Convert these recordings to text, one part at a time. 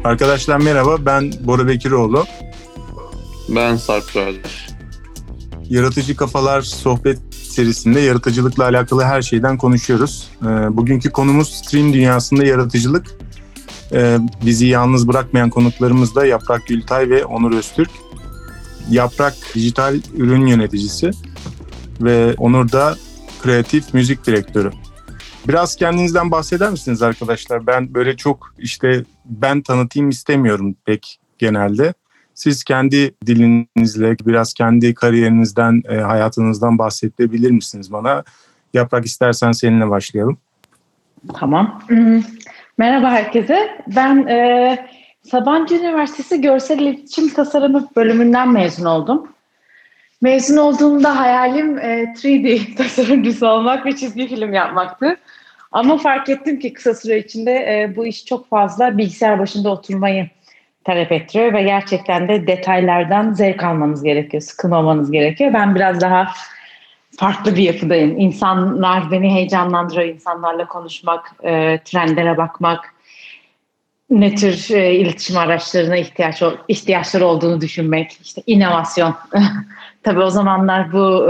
Arkadaşlar merhaba, ben Bora Bekiroğlu. Ben Sarp kardeş. Yaratıcı Kafalar sohbet serisinde yaratıcılıkla alakalı her şeyden konuşuyoruz. Bugünkü konumuz stream dünyasında yaratıcılık. Bizi yalnız bırakmayan konuklarımız da Yaprak Gültay ve Onur Öztürk. Yaprak dijital ürün yöneticisi ve Onur da kreatif müzik direktörü. Biraz kendinizden bahseder misiniz arkadaşlar? Ben böyle çok ben tanıtayım istemiyorum pek genelde. Siz kendi dilinizle biraz kendi kariyerinizden, hayatınızdan bahsedebilir misiniz bana? Yaprak, istersen seninle başlayalım. Tamam. Merhaba herkese. Ben Sabancı Üniversitesi Görsel İletişim Tasarımı bölümünden mezun oldum. Mezun olduğumda hayalim 3D tasarımcısı olmak ve çizgi film yapmaktı. Ama fark ettim ki kısa süre içinde bu iş çok fazla bilgisayar başında oturmayı talep ettiriyor ve gerçekten de detaylardan zevk almanız gerekiyor, sıkılmamanız gerekiyor. Ben biraz daha farklı bir yapıdayım. İnsanlar beni heyecanlandırıyor, insanlarla konuşmak, trendlere bakmak, ne tür iletişim araçlarına ihtiyaçları olduğunu düşünmek, işte inovasyon. Tabii o zamanlar bu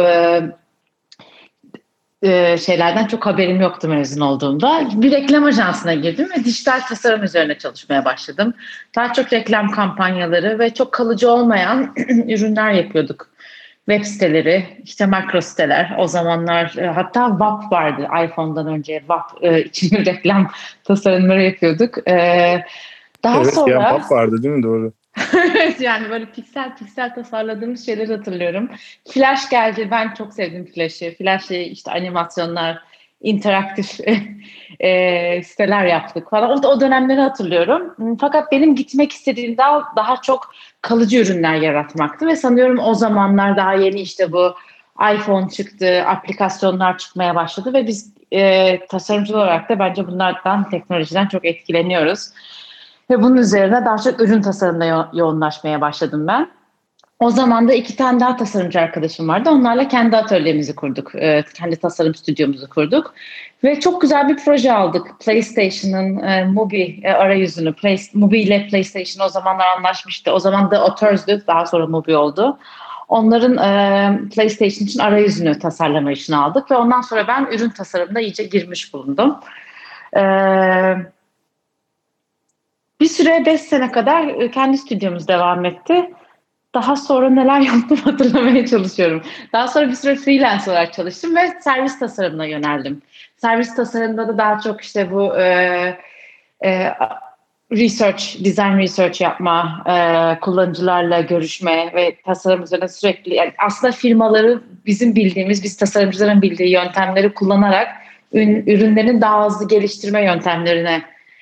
şeylerden çok haberim yoktu mezun olduğumda. Bir reklam ajansına girdim ve dijital tasarım üzerine çalışmaya başladım. Daha çok reklam kampanyaları ve çok kalıcı olmayan ürünler yapıyorduk. Web siteleri, işte makro siteler. O zamanlar hatta WAP vardı. iPhone'dan önce WAP için reklam tasarımları yapıyorduk. Daha evet, sonra... yani WAP vardı değil mi? Doğru. Evet, yani böyle piksel piksel tasarladığımız şeyleri hatırlıyorum. Flash geldi. Ben çok sevdim Flash'ı. Flash'ı işte animasyonlar, interaktif siteler yaptık falan. O dönemleri hatırlıyorum. Fakat benim gitmek istediğim daha çok kalıcı ürünler yaratmaktı ve sanıyorum o zamanlar daha yeni işte bu iPhone çıktı, aplikasyonlar çıkmaya başladı ve biz tasarımcı olarak da bence bunlardan, teknolojiden çok etkileniyoruz. Ve bunun üzerine daha çok ürün tasarımına yoğunlaşmaya başladım ben. O zaman da 2 tane daha tasarımcı arkadaşım vardı. Onlarla kendi atölyemizi kurduk. Kendi tasarım stüdyomuzu kurduk. Ve çok güzel bir proje aldık. PlayStation'ın Mubi arayüzünü. Mubi ile PlayStation o zamanlar anlaşmıştı. O zaman da Auteurs'dü. Daha sonra Mubi oldu. Onların PlayStation için arayüzünü tasarlama işini aldık. Ve ondan sonra ben ürün tasarımına iyice girmiş bulundum. Bir süre 5 sene kadar kendi stüdyomuz devam etti. Daha sonra neler yaptım hatırlamaya çalışıyorum. Daha sonra bir süre freelance olarak çalıştım ve servis tasarımına yöneldim. Servis tasarımında da daha çok işte bu design research yapma, kullanıcılarla görüşme ve tasarım üzerine sürekli, yani aslında firmaları biz tasarımcıların bildiği yöntemleri kullanarak ürünlerin daha hızlı geliştirme yöntemlerine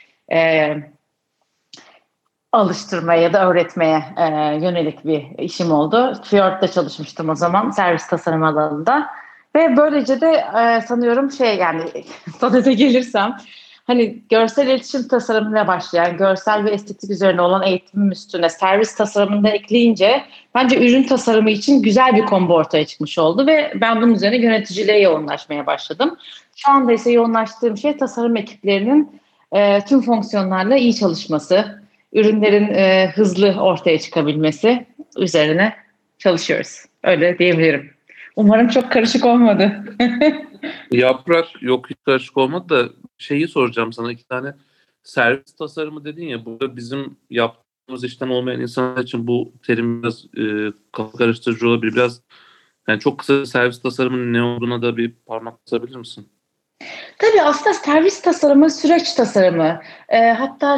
alıştırmaya ya da öğretmeye yönelik bir işim oldu. Fjord'da çalışmıştım o zaman servis tasarım alanında. Ve böylece de sanıyorum yani sanata gelirsem hani görsel iletişim tasarımıyla başlayan görsel ve estetik üzerine olan eğitimim üstüne servis tasarımını da ekleyince bence ürün tasarımı için güzel bir combo ortaya çıkmış oldu ve ben bunun üzerine yöneticiliğe yoğunlaşmaya başladım. Şu anda ise yoğunlaştığım şey tasarım ekiplerinin tüm fonksiyonlarla iyi çalışması, ürünlerin hızlı ortaya çıkabilmesi üzerine çalışıyoruz. Öyle diyebilirim. Umarım çok karışık olmadı. Yaprak, yok hiç karışık olmadı da şeyi soracağım sana, 2 tane servis tasarımı dedin ya, burada bizim yaptığımız işten olmayan insanlar için bu terim biraz kafa karıştırıcı olabilir. Biraz yani çok kısa servis tasarımının ne olduğuna da bir parmak basabilir misin? Tabii aslında servis tasarımı, süreç tasarımı. Hatta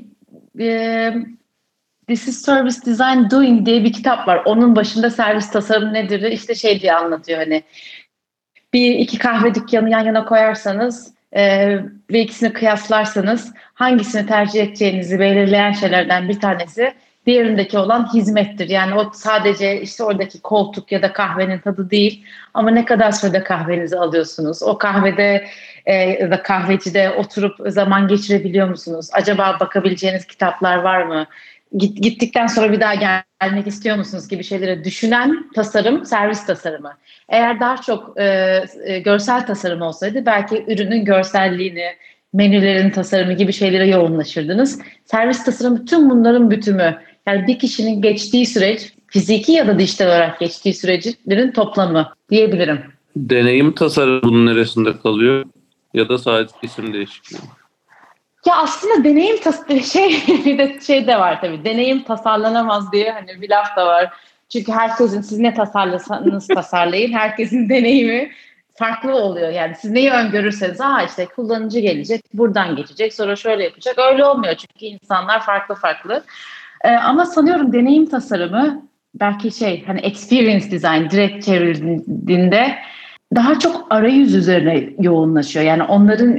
This is Service Design Doing diye bir kitap var. Onun başında servis tasarımı nedir? İşte diye anlatıyor hani. 1-2 kahve dükkanı yan yana koyarsanız ve ikisini kıyaslarsanız hangisini tercih edeceğinizi belirleyen şeylerden bir tanesi diğerindeki olan hizmettir. Yani o sadece işte oradaki koltuk ya da kahvenin tadı değil ama ne kadar sürede kahvenizi alıyorsunuz? O kahvede ya da kahvecide oturup zaman geçirebiliyor musunuz? Acaba bakabileceğiniz kitaplar var mı? Gittikten sonra bir daha gelmek istiyor musunuz gibi şeyleri düşünen tasarım, servis tasarımı. Eğer daha çok görsel tasarım olsaydı belki ürünün görselliğini, menülerin tasarımı gibi şeylere yoğunlaşırdınız. Servis tasarımı tüm bunların bütünü. Yani bir kişinin geçtiği süreç, fiziki ya da dijital olarak geçtiği süreçlerin toplamı diyebilirim. Deneyim tasarımı bunun neresinde kalıyor? Ya da sadece isim değişikliği. Ya aslında deneyim bir de şey de var tabii. Deneyim tasarlanamaz diye hani bir laf da var. Çünkü herkesin siz ne tasarlasanız tasarlayın. Herkesin deneyimi farklı oluyor. Yani siz neyi öngörürseniz işte kullanıcı gelecek, buradan geçecek, sonra şöyle yapacak. Öyle olmuyor çünkü insanlar farklı farklı. Ama sanıyorum deneyim tasarımı belki hani experience design direkt çevrildiğinde daha çok arayüz üzerine yoğunlaşıyor. Yani onların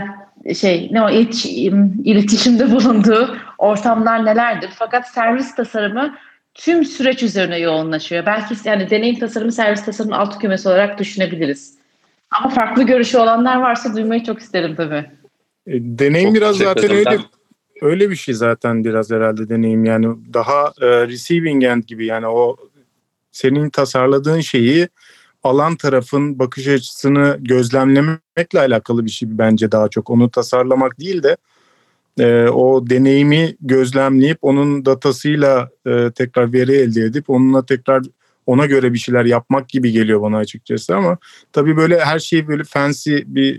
iletişimde bulunduğu ortamlar nelerdir? Fakat servis tasarımı tüm süreç üzerine yoğunlaşıyor. Belki yani deneyim tasarımı servis tasarımının alt kümesi olarak düşünebiliriz. Ama farklı görüşü olanlar varsa duymayı çok isterim tabii. Deneyim Çok biraz teşekkür zaten ederim. öyle bir şey zaten biraz herhalde deneyim yani daha receiving end gibi yani o senin tasarladığın şeyi alan tarafın bakış açısını gözlemlemekle alakalı bir şey bence daha çok. Onu tasarlamak değil de o deneyimi gözlemleyip onun datasıyla tekrar veri elde edip onunla tekrar ona göre bir şeyler yapmak gibi geliyor bana açıkçası ama tabii böyle her şeyi böyle fancy bir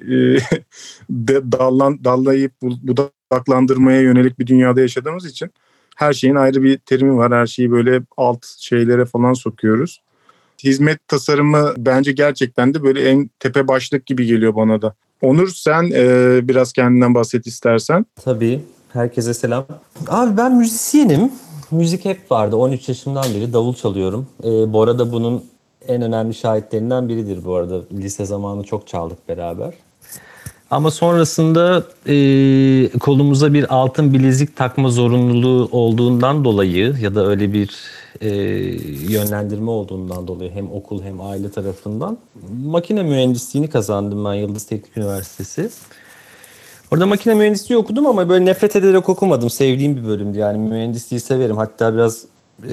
dallayıp budaklandırmaya yönelik bir dünyada yaşadığımız için her şeyin ayrı bir terimi var. Her şeyi böyle alt şeylere falan sokuyoruz. Hizmet tasarımı bence gerçekten de böyle en tepe başlık gibi geliyor bana da. Onur sen biraz kendinden bahset istersen. Tabii. Herkese selam. Abi ben müzisyenim. Müzik hep vardı. 13 yaşımdan beri davul çalıyorum. Bora da bunun en önemli şahitlerinden biridir bu arada. Lise zamanı çok çaldık beraber. Ama sonrasında kolumuza bir altın bilezik takma zorunluluğu olduğundan dolayı ya da öyle bir yönlendirme olduğundan dolayı hem okul hem aile tarafından makine mühendisliğini kazandım ben Yıldız Teknik Üniversitesi. Orada makine mühendisliği okudum ama böyle nefret ederek okumadım. Sevdiğim bir bölümdü yani mühendisliği severim. Hatta biraz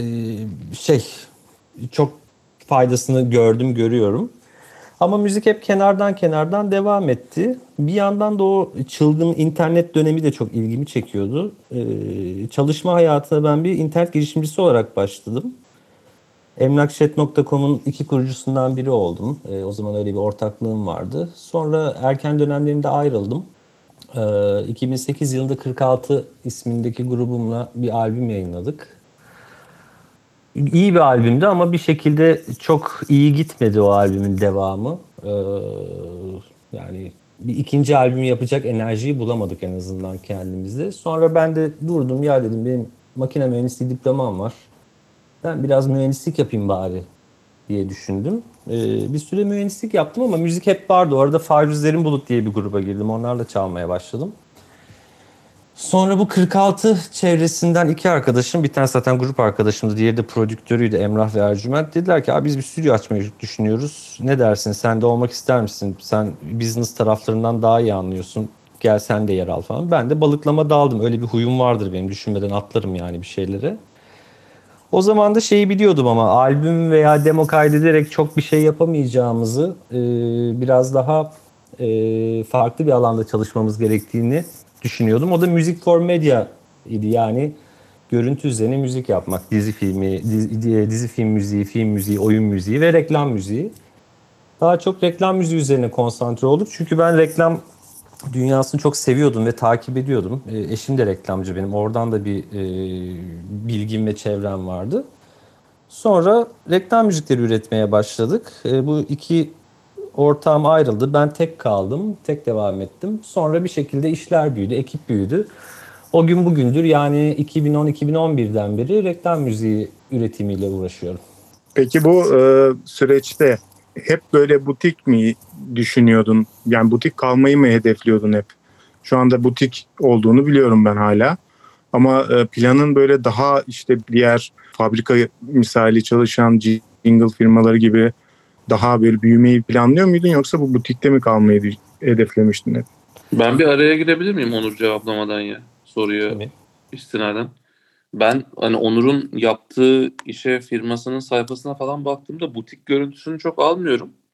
çok faydasını görüyorum. Ama müzik hep kenardan devam etti. Bir yandan da o çılgın internet dönemi de çok ilgimi çekiyordu. Çalışma hayatına ben bir internet girişimcisi olarak başladım. Emlakşet.com'un 2 kurucusundan biri oldum. O zaman öyle bir ortaklığım vardı. Sonra erken dönemlerimde ayrıldım. 2008 yılında 46 ismindeki grubumla bir albüm yayınladık. İyi bir albümdü ama bir şekilde çok iyi gitmedi o albümün devamı. Yani bir ikinci albüm yapacak enerjiyi bulamadık en azından kendimizde. Sonra ben de durdum ya dedim benim makine mühendisliği diplomam var. Ben biraz mühendislik yapayım bari diye düşündüm. Bir süre mühendislik yaptım ama müzik hep vardı. Orada Faruzlerin Bulut diye bir gruba girdim. Onlarla çalmaya başladım. Sonra bu 46 çevresinden 2 arkadaşım, bir tane zaten grup arkadaşımdı, diğeri de prodüktörüydü Emrah ve Ercüment. Dediler ki abi biz bir stüdyo açmayı düşünüyoruz. Ne dersin, sen de olmak ister misin? Sen business taraflarından daha iyi anlıyorsun. Gel sen de yer al falan. Ben de balıklama daldım. Öyle bir huyum vardır benim. Düşünmeden atlarım yani bir şeylere. O zaman da şeyi biliyordum ama albüm veya demo kaydederek çok bir şey yapamayacağımızı, biraz daha farklı bir alanda çalışmamız gerektiğini düşünüyordum. O da müzik for media idi yani görüntü üzerine müzik yapmak. Dizi filmi, dizi film müziği, film müziği, oyun müziği ve reklam müziği. Daha çok reklam müziği üzerine konsantre olduk. Çünkü ben reklam dünyasını çok seviyordum ve takip ediyordum. Eşim de reklamcı benim. Oradan da bir bilgim ve çevrem vardı. Sonra reklam müzikleri üretmeye başladık. Bu iki ortağım ayrıldı. Ben tek kaldım. Tek devam ettim. Sonra bir şekilde işler büyüdü, ekip büyüdü. O gün bugündür yani 2010-2011'den beri reklam müziği üretimiyle uğraşıyorum. Peki bu süreçte hep böyle butik mi düşünüyordun? Yani butik kalmayı mı hedefliyordun hep? Şu anda butik olduğunu biliyorum ben hala. Ama planın böyle daha işte diğer fabrika misali çalışan jingle firmaları gibi daha böyle büyümeyi planlıyor muydun? Yoksa bu butikte mi kalmayı hedeflemiştin hep? Ben bir araya girebilir miyim Onur cevaplamadan ya soruyu Tabii. istinaden? Ben hani Onur'un yaptığı işe firmasının sayfasına falan baktığımda butik görüntüsünü çok almıyorum.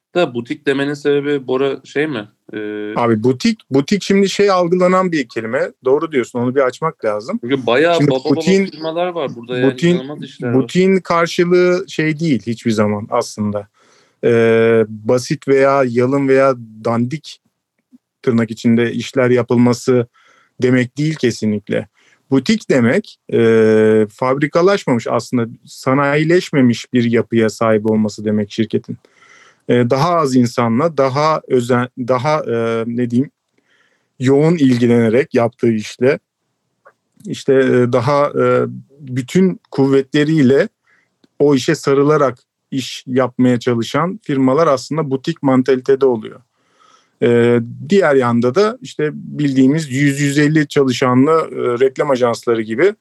Da butik demenin sebebi Bora şey mi? Abi butik şimdi şey algılanan bir kelime. Doğru diyorsun, onu bir açmak lazım. Çünkü bayağı Şimdi baba firmalar var burada, yani inanılmaz işler var. butiğin karşılığı şey değil hiçbir zaman aslında. Basit veya yalın veya dandik tırnak içinde işler yapılması demek değil kesinlikle. Butik demek fabrikalaşmamış, aslında sanayileşmemiş bir yapıya sahip olması demek şirketin. Daha az insanla daha ne diyeyim, yoğun ilgilenerek yaptığı işle işte daha bütün kuvvetleriyle o işe sarılarak iş yapmaya çalışan firmalar aslında butik mantalitede oluyor. Diğer yanda da işte bildiğimiz 100-150 çalışanlı reklam ajansları gibi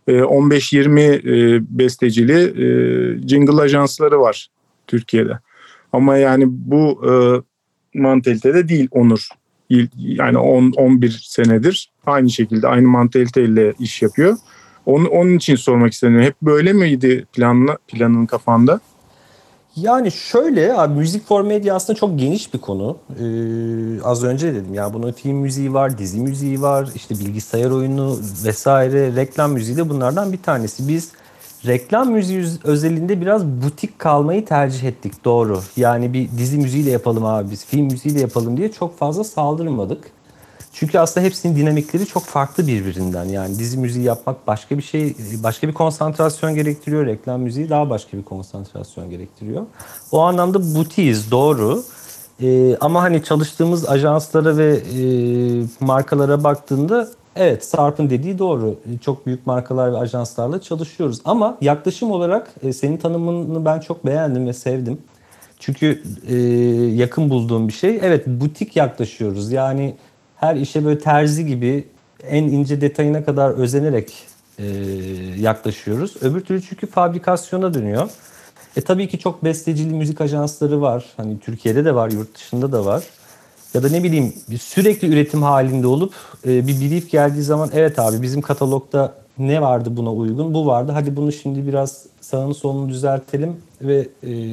15-20 bestecili jingle ajansları var Türkiye'de. Ama yani bu mantalitede değil Onur. Yani 10-11 senedir aynı şekilde aynı mantaliteyle iş yapıyor. Onun için sormak istedim. Hep böyle miydi planın kafanda? Yani şöyle abi, müzik for media aslında çok geniş bir konu. Az önce dedim ya, bunun film müziği var, dizi müziği var, işte bilgisayar oyunu vesaire, reklam müziği de bunlardan bir tanesi. Biz reklam müziği özelinde biraz butik kalmayı tercih ettik, doğru. Yani bir dizi müziği de yapalım abi, biz film müziği de yapalım diye çok fazla saldırmadık. Çünkü aslında hepsinin dinamikleri çok farklı birbirinden. Yani dizi müziği yapmak başka bir şey, başka bir konsantrasyon gerektiriyor. Reklam müziği daha başka bir konsantrasyon gerektiriyor. O anlamda butiğiz, doğru. Ama hani çalıştığımız ajanslara ve markalara baktığında evet, Sarp'ın dediği doğru. Çok büyük markalar ve ajanslarla çalışıyoruz. Ama yaklaşım olarak senin tanımını ben çok beğendim ve sevdim. Çünkü yakın bulduğum bir şey. Evet, butik yaklaşıyoruz. Yani her işe böyle terzi gibi en ince detayına kadar özenerek yaklaşıyoruz. Öbür türlü çünkü fabrikasyona dönüyor. Tabii ki çok bestecili müzik ajansları var. Hani Türkiye'de de var, yurt dışında da var. Ya da ne bileyim, sürekli üretim halinde olup bir brief geldiği zaman evet abi, bizim katalogda ne vardı buna uygun? Bu vardı. Hadi bunu şimdi biraz sağını solunu düzeltelim ve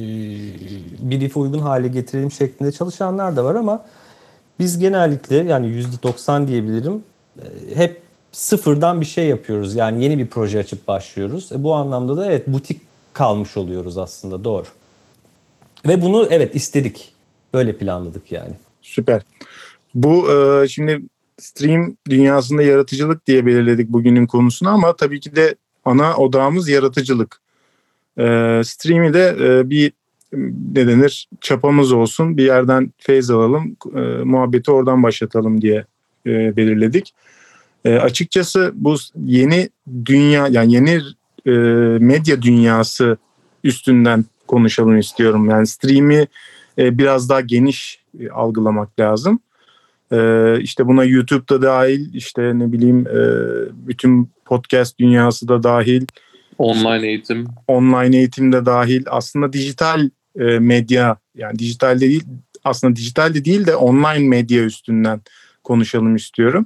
brief'e uygun hale getirelim şeklinde çalışanlar da var ama biz genellikle, yani %90 diyebilirim, hep sıfırdan bir şey yapıyoruz. Yani yeni bir proje açıp başlıyoruz. Bu anlamda da evet, butik kalmış oluyoruz aslında, doğru. Ve bunu evet istedik. Böyle planladık yani. Süper. Bu şimdi stream dünyasında yaratıcılık diye belirledik bugünün konusunu ama tabii ki de ana odağımız yaratıcılık. Stream'i de bir ne denir, çapamız olsun, bir yerden feyz alalım, muhabbeti oradan başlatalım diye belirledik. Açıkçası bu yeni dünya, yani yeni medya dünyası üstünden konuşalım istiyorum. Yani stream'i biraz daha geniş algılamak lazım. İşte buna YouTube'da dahil, işte ne bileyim bütün podcast dünyası da dahil. Online eğitim. Online eğitim de dahil. Aslında dijital medya, yani dijital değil, aslında dijital de değil de online medya üstünden konuşalım istiyorum.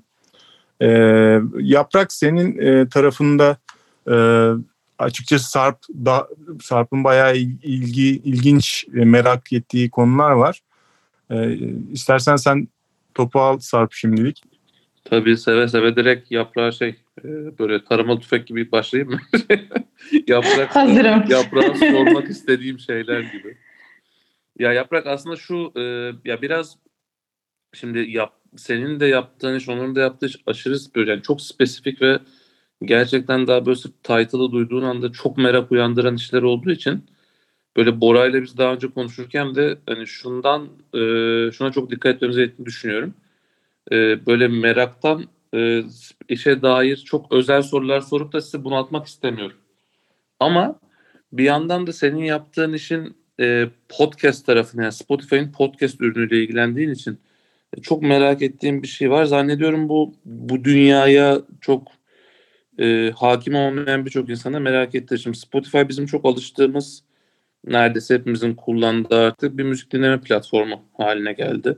Yaprak, senin tarafında açıkçası Sarp'ın bayağı ilginç, merak ettiği konular var. İstersen sen topu al Sarp şimdilik. Tabii, seve seve direkt Yaprağa böyle tarıma tüfek gibi başlayayım mı? Hazırım. Yaprağa sormak istediğim şeyler gibi. Ya Yaprak, aslında şu ya biraz şimdi senin de yaptığın iş, onun da yaptığı iş aşırı böyle, yani çok spesifik ve gerçekten daha böyle title'ı duyduğun anda çok merak uyandıran işler olduğu için böyle Bora'yla biz daha önce konuşurken de hani şuna çok dikkat etmemiz gerektiğini düşünüyorum. Böyle meraktan işe dair çok özel sorular sorup da size bunaltmak istemiyorum. Ama bir yandan da senin yaptığın işin podcast tarafını, yani Spotify'ın podcast ürünüyle ilgilendiğin için çok merak ettiğim bir şey var. Zannediyorum bu dünyaya çok hakim olmayan birçok insana merak ettirir. Şimdi Spotify bizim çok alıştığımız, neredeyse hepimizin kullandığı artık bir müzik dinleme platformu haline geldi.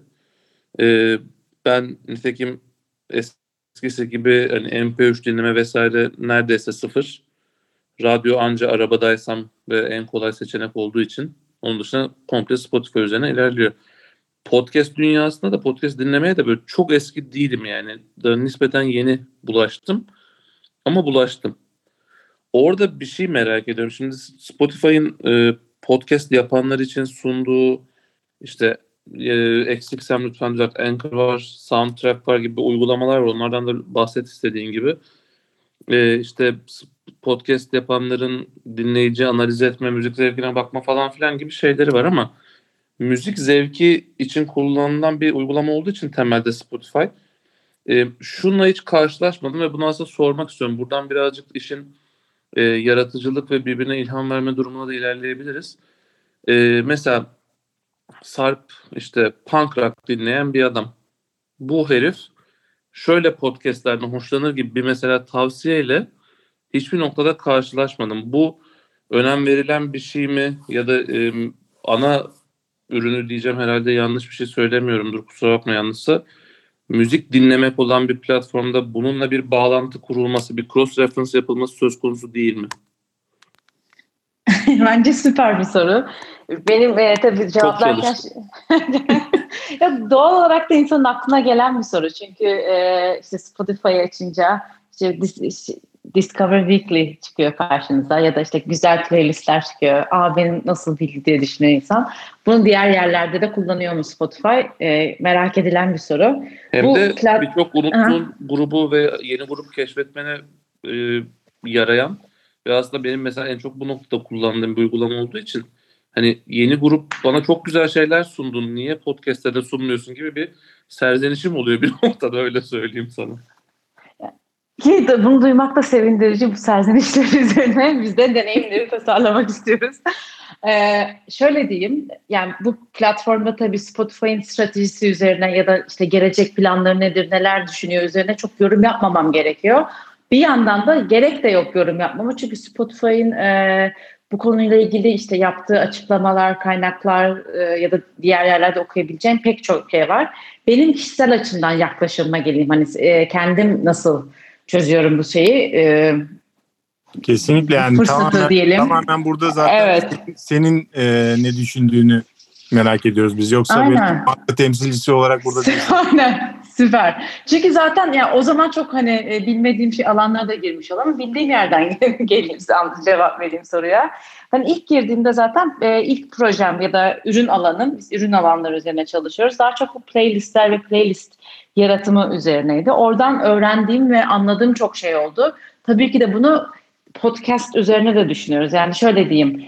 Ben nitekim eskisi gibi hani MP3 dinleme vesaire neredeyse sıfır. Radyo anca arabadaysam ve en kolay seçenek olduğu için Onun dışında komple Spotify üzerine ilerliyor. Podcast dünyasında da podcast dinlemeye de böyle çok eski değilim yani. Da nispeten yeni bulaştım. Ama bulaştım. Orada bir şey merak ediyorum. Şimdi Spotify'ın podcast yapanlar için sunduğu işte eksiksem lütfen düzelt. Anchor var, Soundtrack var gibi uygulamalar var. Onlardan da bahset istediğin gibi. İşte podcast yapanların dinleyici analiz etme, müzik zevkine bakma falan filan gibi şeyleri var ama müzik zevki için kullanılan bir uygulama olduğu için temelde Spotify. Şununla hiç karşılaşmadım ve bunu aslında sormak istiyorum. Buradan birazcık işin yaratıcılık ve birbirine ilham verme durumuna da ilerleyebiliriz. Mesela Sarp işte punk rock dinleyen bir adam. Bu herif şöyle podcastlerden hoşlanır gibi bir mesela tavsiyeyle hiçbir noktada karşılaşmadım. Bu önem verilen bir şey mi ya da ana ürünü diyeceğim herhalde yanlış bir şey söylemiyorumdur kusura bakma yanlışsa. Müzik dinlemek olan bir platformda bununla bir bağlantı kurulması, bir cross reference yapılması söz konusu değil mi? Bence süper bir soru. Benim tabii cevaplarken ya doğal olarak da insanın aklına gelen bir soru. Çünkü işte Spotify açınca işte Discover Weekly çıkıyor karşınıza ya da işte güzel playlistler çıkıyor. Benim nasıl bildi diye düşünüyor insan. Bunu diğer yerlerde de kullanıyor mu Spotify? Merak edilen bir soru. Hem de birçok unuttuğun Aha. grubu ve yeni grup keşfetmene yarayan ve aslında benim mesela en çok bu noktada kullandığım bir uygulama olduğu için hani yeni grup bana çok güzel şeyler sundun niye podcast'te sunmuyorsun gibi bir serzenişim oluyor bir noktada öyle söyleyeyim sana. Ki bunu duymak da sevindirici bu serzenişler üzerine biz de deneyimleri tasarlamak istiyoruz. Şöyle diyeyim, yani bu platformda tabii Spotify'ın stratejisi üzerine ya da işte gelecek planları nedir, neler düşünüyor üzerine çok yorum yapmamam gerekiyor. Bir yandan da gerek de yok yorum yapmama çünkü Spotify'ın bu konuyla ilgili işte yaptığı açıklamalar, kaynaklar ya da diğer yerlerde okuyabileceğim pek çok şey var. Benim kişisel açımdan yaklaşımıma geleyim. Hani kendim nasıl çözüyorum bu şeyi. Kesinlikle yani Fırsatı diyelim. tamamen burada zaten Evet. senin ne düşündüğünü merak ediyoruz biz. Yoksa bir marka temsilcisi olarak burada değiliz. Aynen. Süper. Çünkü zaten ya o zaman çok hani bilmediğim şey alanlara da girmiş ol ama bildiğim yerden geleyim cevap vereyim soruya. Hani ilk girdiğimde zaten ilk projem ya da ürün alanım, biz ürün alanları üzerine çalışıyoruz. Daha çok bu playlistler ve playlist yaratımı üzerineydi. Oradan öğrendiğim ve anladığım çok şey oldu. Tabii ki de bunu podcast üzerine de düşünüyoruz. Yani şöyle diyeyim,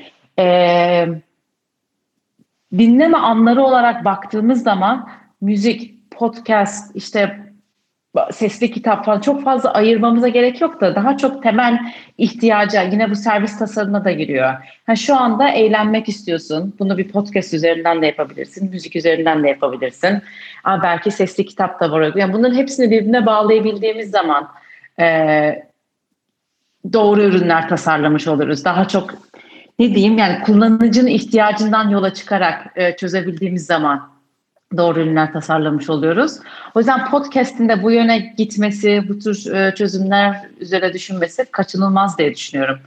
dinleme anları olarak baktığımız zaman müzik, podcast, işte sesli kitap falan çok fazla ayırmamıza gerek yok da daha çok temel ihtiyaca yine bu servis tasarımına da giriyor. Şu anda eğlenmek istiyorsun. Bunu bir podcast üzerinden de yapabilirsin. Müzik üzerinden de yapabilirsin. Belki sesli kitap da var. Yani bunların hepsini birbirine bağlayabildiğimiz zaman doğru ürünler tasarlamış oluruz. Daha çok ne diyeyim yani kullanıcının ihtiyacından yola çıkarak çözebildiğimiz zaman doğru ürünler tasarlamış oluyoruz. O yüzden podcast'in de bu yöne gitmesi, bu tür çözümler üzerine düşünmesi kaçınılmaz diye düşünüyorum.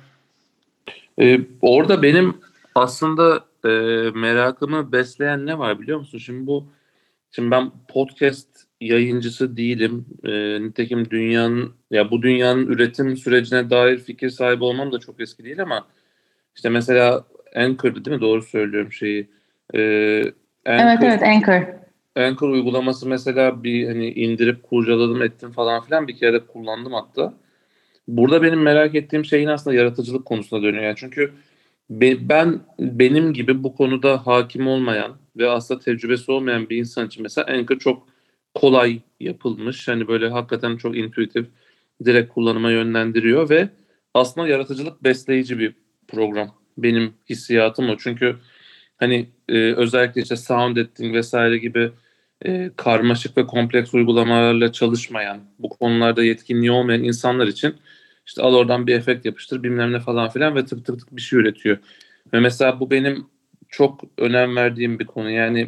Orada benim aslında merakımı besleyen ne var biliyor musun? Şimdi ben podcast yayıncısı değilim. Nitekim bu dünyanın üretim sürecine dair fikir sahibi olmam da çok eski değil ama işte mesela Anchor'dı değil mi? Doğru söylüyorum şeyi. Evet, Anchor. Anchor uygulaması mesela bir hani indirip kurcaladım ettim falan filan bir kere de kullandım hatta. Burada benim merak ettiğim şeyin aslında yaratıcılık konusuna dönüyor. Yani çünkü benim gibi bu konuda hakim olmayan ve aslında tecrübesi olmayan bir insan için mesela Anchor çok kolay yapılmış. Hani böyle hakikaten çok intuitif, direkt kullanıma yönlendiriyor ve aslında yaratıcılık besleyici bir program. Benim hissiyatım o. Çünkü hani özellikle işte sound editing vesaire gibi karmaşık ve kompleks uygulamalarla çalışmayan, bu konularda yetkinliği olmayan insanlar için işte al oradan bir efekt yapıştır bilmem ne falan filan ve tık tık tık bir şey üretiyor. Ve mesela bu benim çok önem verdiğim bir konu. Yani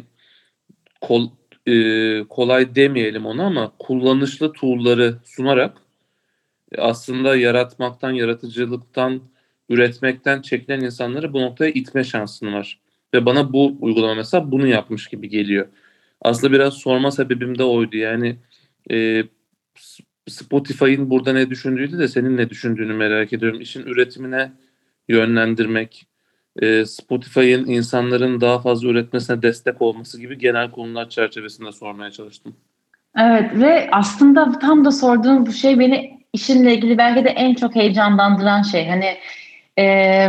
kolay demeyelim onu ama kullanışlı tool'ları sunarak aslında yaratmaktan, yaratıcılıktan, üretmekten çekilen insanları bu noktaya itme şansın var. Ve bana bu uygulama mesela bunu yapmış gibi geliyor. Aslında biraz sorma sebebim de oydu. Yani e, Spotify'ın burada ne düşündüğüydü de senin ne düşündüğünü merak ediyorum. İşin üretimine yönlendirmek, Spotify'ın insanların daha fazla üretmesine destek olması gibi genel konular çerçevesinde sormaya çalıştım. Evet ve aslında tam da sorduğum bu şey beni işimle ilgili belki de en çok heyecanlandıran şey. Hani e,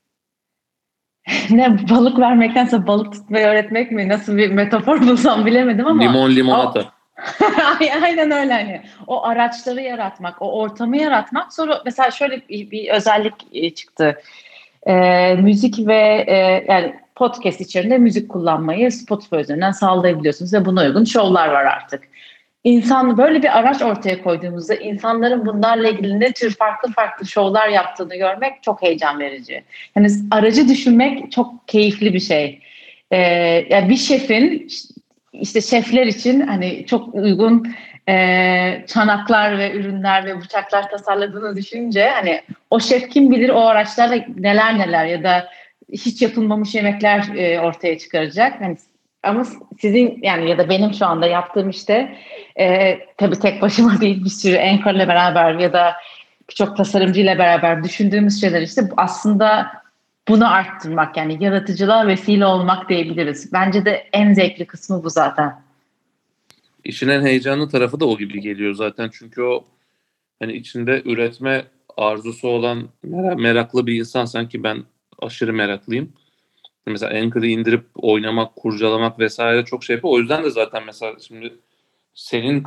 ne balık vermektense balık tutmayı öğretmek mi? Nasıl bir metafor bulsam bilemedim ama Limon limonata. Aynen öyle hani. O araçları yaratmak, o ortamı yaratmak. Sonra mesela şöyle bir özellik çıktı. Müzik ve yani podcast içerisinde müzik kullanmayı Spotify üzerinden sağlayabiliyorsunuz ve buna uygun şovlar var artık. İnsan böyle bir araç ortaya koyduğumuzda insanların bunlarla ilgili ne tür farklı farklı şovlar yaptığını görmek çok heyecan verici. Yani aracı düşünmek çok keyifli bir şey. Yani bir şefin işte şefler için hani çok uygun çanaklar ve ürünler ve bıçaklar tasarladığını düşününce hani o şef kim bilir o araçlarla neler neler ya da hiç yapılmamış yemekler ortaya çıkaracak. Hani ama sizin yani ya da benim şu anda yaptığım işte tabii tek başıma değil bir sürü anchor'la beraber ya da birçok tasarımcıyla beraber düşündüğümüz şeyler işte aslında bunu arttırmak yani yaratıcılığa vesile olmak diyebiliriz. Bence de en zevkli kısmı bu zaten. İşin en heyecanlı tarafı da o gibi geliyor zaten. Çünkü o hani içinde üretme arzusu olan meraklı bir insan sanki ben aşırı meraklıyım. Mesela Anchor'ı indirip oynamak, kurcalamak vesaire çok şey yapıyor. O yüzden de zaten mesela şimdi senin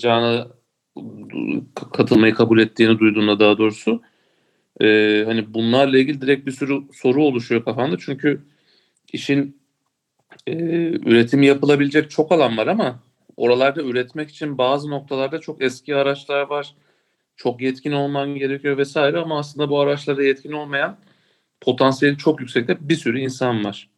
katılmayı kabul ettiğini duyduğunda daha doğrusu hani bunlarla ilgili direkt bir sürü soru oluşuyor kafamda. Çünkü işin üretimi yapılabilecek çok alan var ama oralarda üretmek için bazı noktalarda çok eski araçlar var. Çok yetkin olman gerekiyor vesaire ama aslında bu araçlarda yetkin olmayan potansiyeli çok yüksekte bir sürü insan var.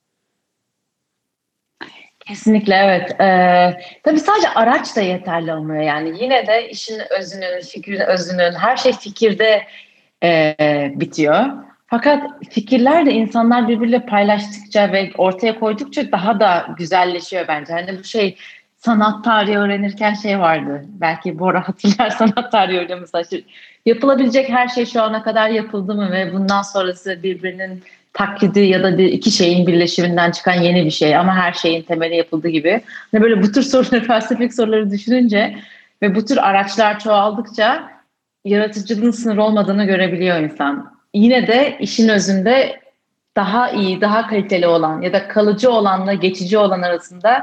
Kesinlikle evet. Tabii sadece araç da yeterli olmuyor yani. Yine de işin özünün, fikrin özünün, her şey fikirde bitiyor. Fakat fikirler de insanlar birbiriyle paylaştıkça ve ortaya koydukça daha da güzelleşiyor bence. Hani bu şey sanat tarihi öğrenirken şey vardı. Belki Bora hatırlar sanat tarihi hocam mesela. Yapılabilecek her şey şu ana kadar yapıldı mı ve bundan sonrası birbirinin taklidi ya da iki şeyin birleşiminden çıkan yeni bir şey ama her şeyin temeli yapıldığı gibi. Hani böyle bu tür soruları, felsefik soruları düşününce ve bu tür araçlar çoğaldıkça yaratıcılığın sınır olmadığını görebiliyor insan. Yine de işin özünde daha iyi, daha kaliteli olan ya da kalıcı olanla geçici olan arasında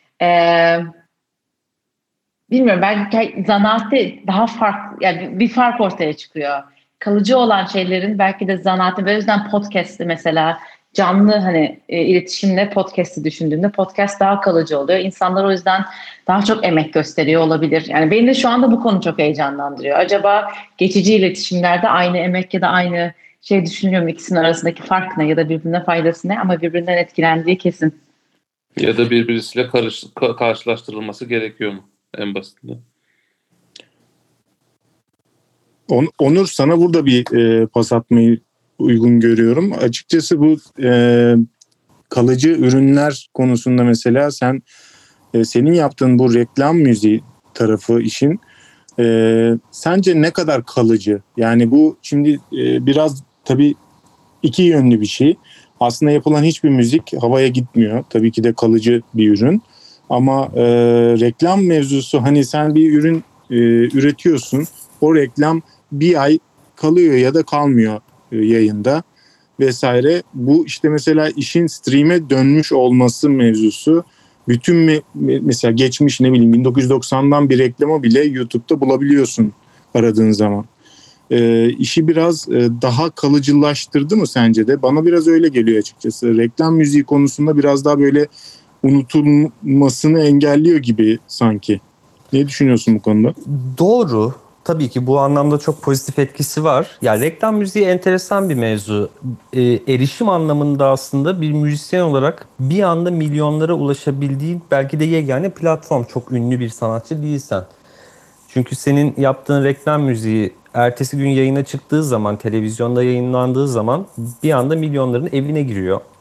bilmiyorum belki zanaatte daha farklı yani bir fark ortaya çıkıyor. Kalıcı olan şeylerin belki de zanaatı ve o yüzden podcast'ı mesela canlı hani iletişimle podcast'ı düşündüğümde podcast daha kalıcı oluyor. İnsanlar o yüzden daha çok emek gösteriyor olabilir. Yani beni de şu anda bu konu çok heyecanlandırıyor. Acaba geçici iletişimlerde aynı emek ya da aynı şey düşünüyor mu? İkisinin arasındaki fark ne ya da birbirine faydası ne ama birbirinden etkilendiği kesin. Ya da birbirisiyle karşılaştırılması gerekiyor mu en basitinden? Onur sana burada bir pas atmayı uygun görüyorum. Açıkçası bu kalıcı ürünler konusunda mesela senin yaptığın bu reklam müziği tarafı işin sence ne kadar kalıcı? Yani bu şimdi biraz tabii iki yönlü bir şey. Aslında yapılan hiçbir müzik havaya gitmiyor. Tabii ki de kalıcı bir ürün. Ama reklam mevzusu hani sen bir ürün üretiyorsun. O reklam bir ay kalıyor ya da kalmıyor yayında vesaire. Bu işte mesela işin stream'e dönmüş olması mevzusu. Bütün mesela geçmiş ne bileyim 1990'dan bir reklamı bile YouTube'da bulabiliyorsun aradığın zaman. İşi biraz daha kalıcılaştırdı mı sence de? Bana biraz öyle geliyor açıkçası. Reklam müziği konusunda biraz daha böyle unutulmasını engelliyor gibi sanki. Ne düşünüyorsun bu konuda? Doğru. Tabii ki bu anlamda çok pozitif etkisi var. Ya reklam müziği enteresan bir mevzu. Erişim anlamında aslında bir müzisyen olarak bir anda milyonlara ulaşabildiğin belki de yegane platform. Çok ünlü bir sanatçı değilsen. Çünkü senin yaptığın reklam müziği ertesi gün yayına çıktığı zaman, televizyonda yayınlandığı zaman bir anda milyonların evine giriyor.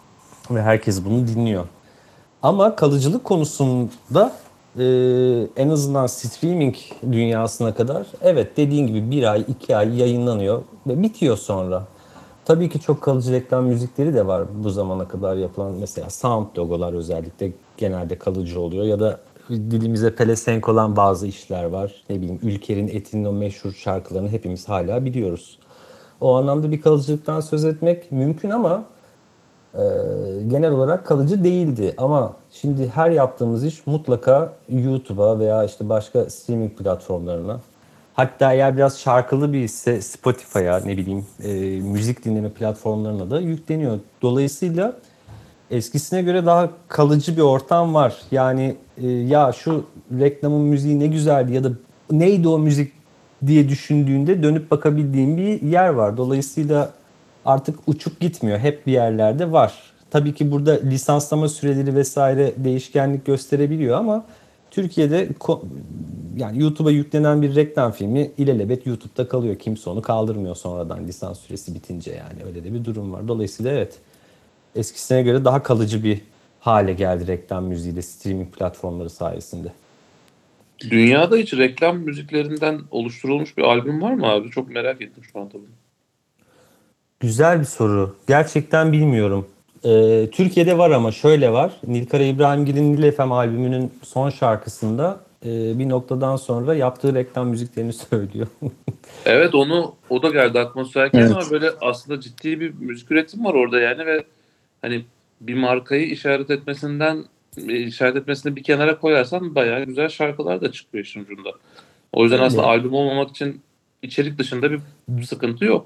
ve herkes bunu dinliyor. Ama kalıcılık konusunda en azından streaming dünyasına kadar evet dediğin gibi 1 ay 2 ay yayınlanıyor ve bitiyor sonra. Tabii ki çok kalıcı reklam müzikleri de var bu zamana kadar yapılan, mesela sound logolar özellikle genelde kalıcı oluyor ya da dilimize pelesenk olan bazı işler var. Ne bileyim Ülker'in Etin'in o meşhur şarkılarını hepimiz hala biliyoruz. O anlamda bir kalıcılıktan söz etmek mümkün ama genel olarak kalıcı değildi. Ama şimdi her yaptığımız iş mutlaka YouTube'a veya işte başka streaming platformlarına, hatta eğer biraz şarkılı bir ise Spotify'a, ne bileyim müzik dinleme platformlarına da yükleniyor. Dolayısıyla eskisine göre daha kalıcı bir ortam var. Yani ya şu reklamın müziği ne güzeldi ya da neydi o müzik diye düşündüğünde dönüp bakabildiğin bir yer var. Dolayısıyla artık uçup gitmiyor. Hep bir yerlerde var. Tabii ki burada lisanslama süreleri vesaire değişkenlik gösterebiliyor ama Türkiye'de yani YouTube'a yüklenen bir reklam filmi ilelebet YouTube'da kalıyor. Kimse onu kaldırmıyor sonradan lisans süresi bitince, yani öyle de bir durum var. Dolayısıyla evet, eskisine göre daha kalıcı bir hale geldi reklam müziği de streaming platformları sayesinde. Dünyada hiç reklam müziklerinden oluşturulmuş bir albüm var mı abi? Çok merak ettim şu an tabii. Güzel bir soru. Gerçekten bilmiyorum. Türkiye'de var ama şöyle var. Nilkara İbrahimgil'in Nil FM albümünün son şarkısında bir noktadan sonra yaptığı reklam müziklerini söylüyor. Evet, o da geldi aklıma söylerken Evet. ama böyle aslında ciddi bir müzik üretimi var orada yani ve hani bir markayı işaret etmesini bir kenara koyarsan bayağı güzel şarkılar da çıkıyor işin ucunda. O yüzden Öyle. aslında albüm olmamak için içerik dışında bir sıkıntı yok.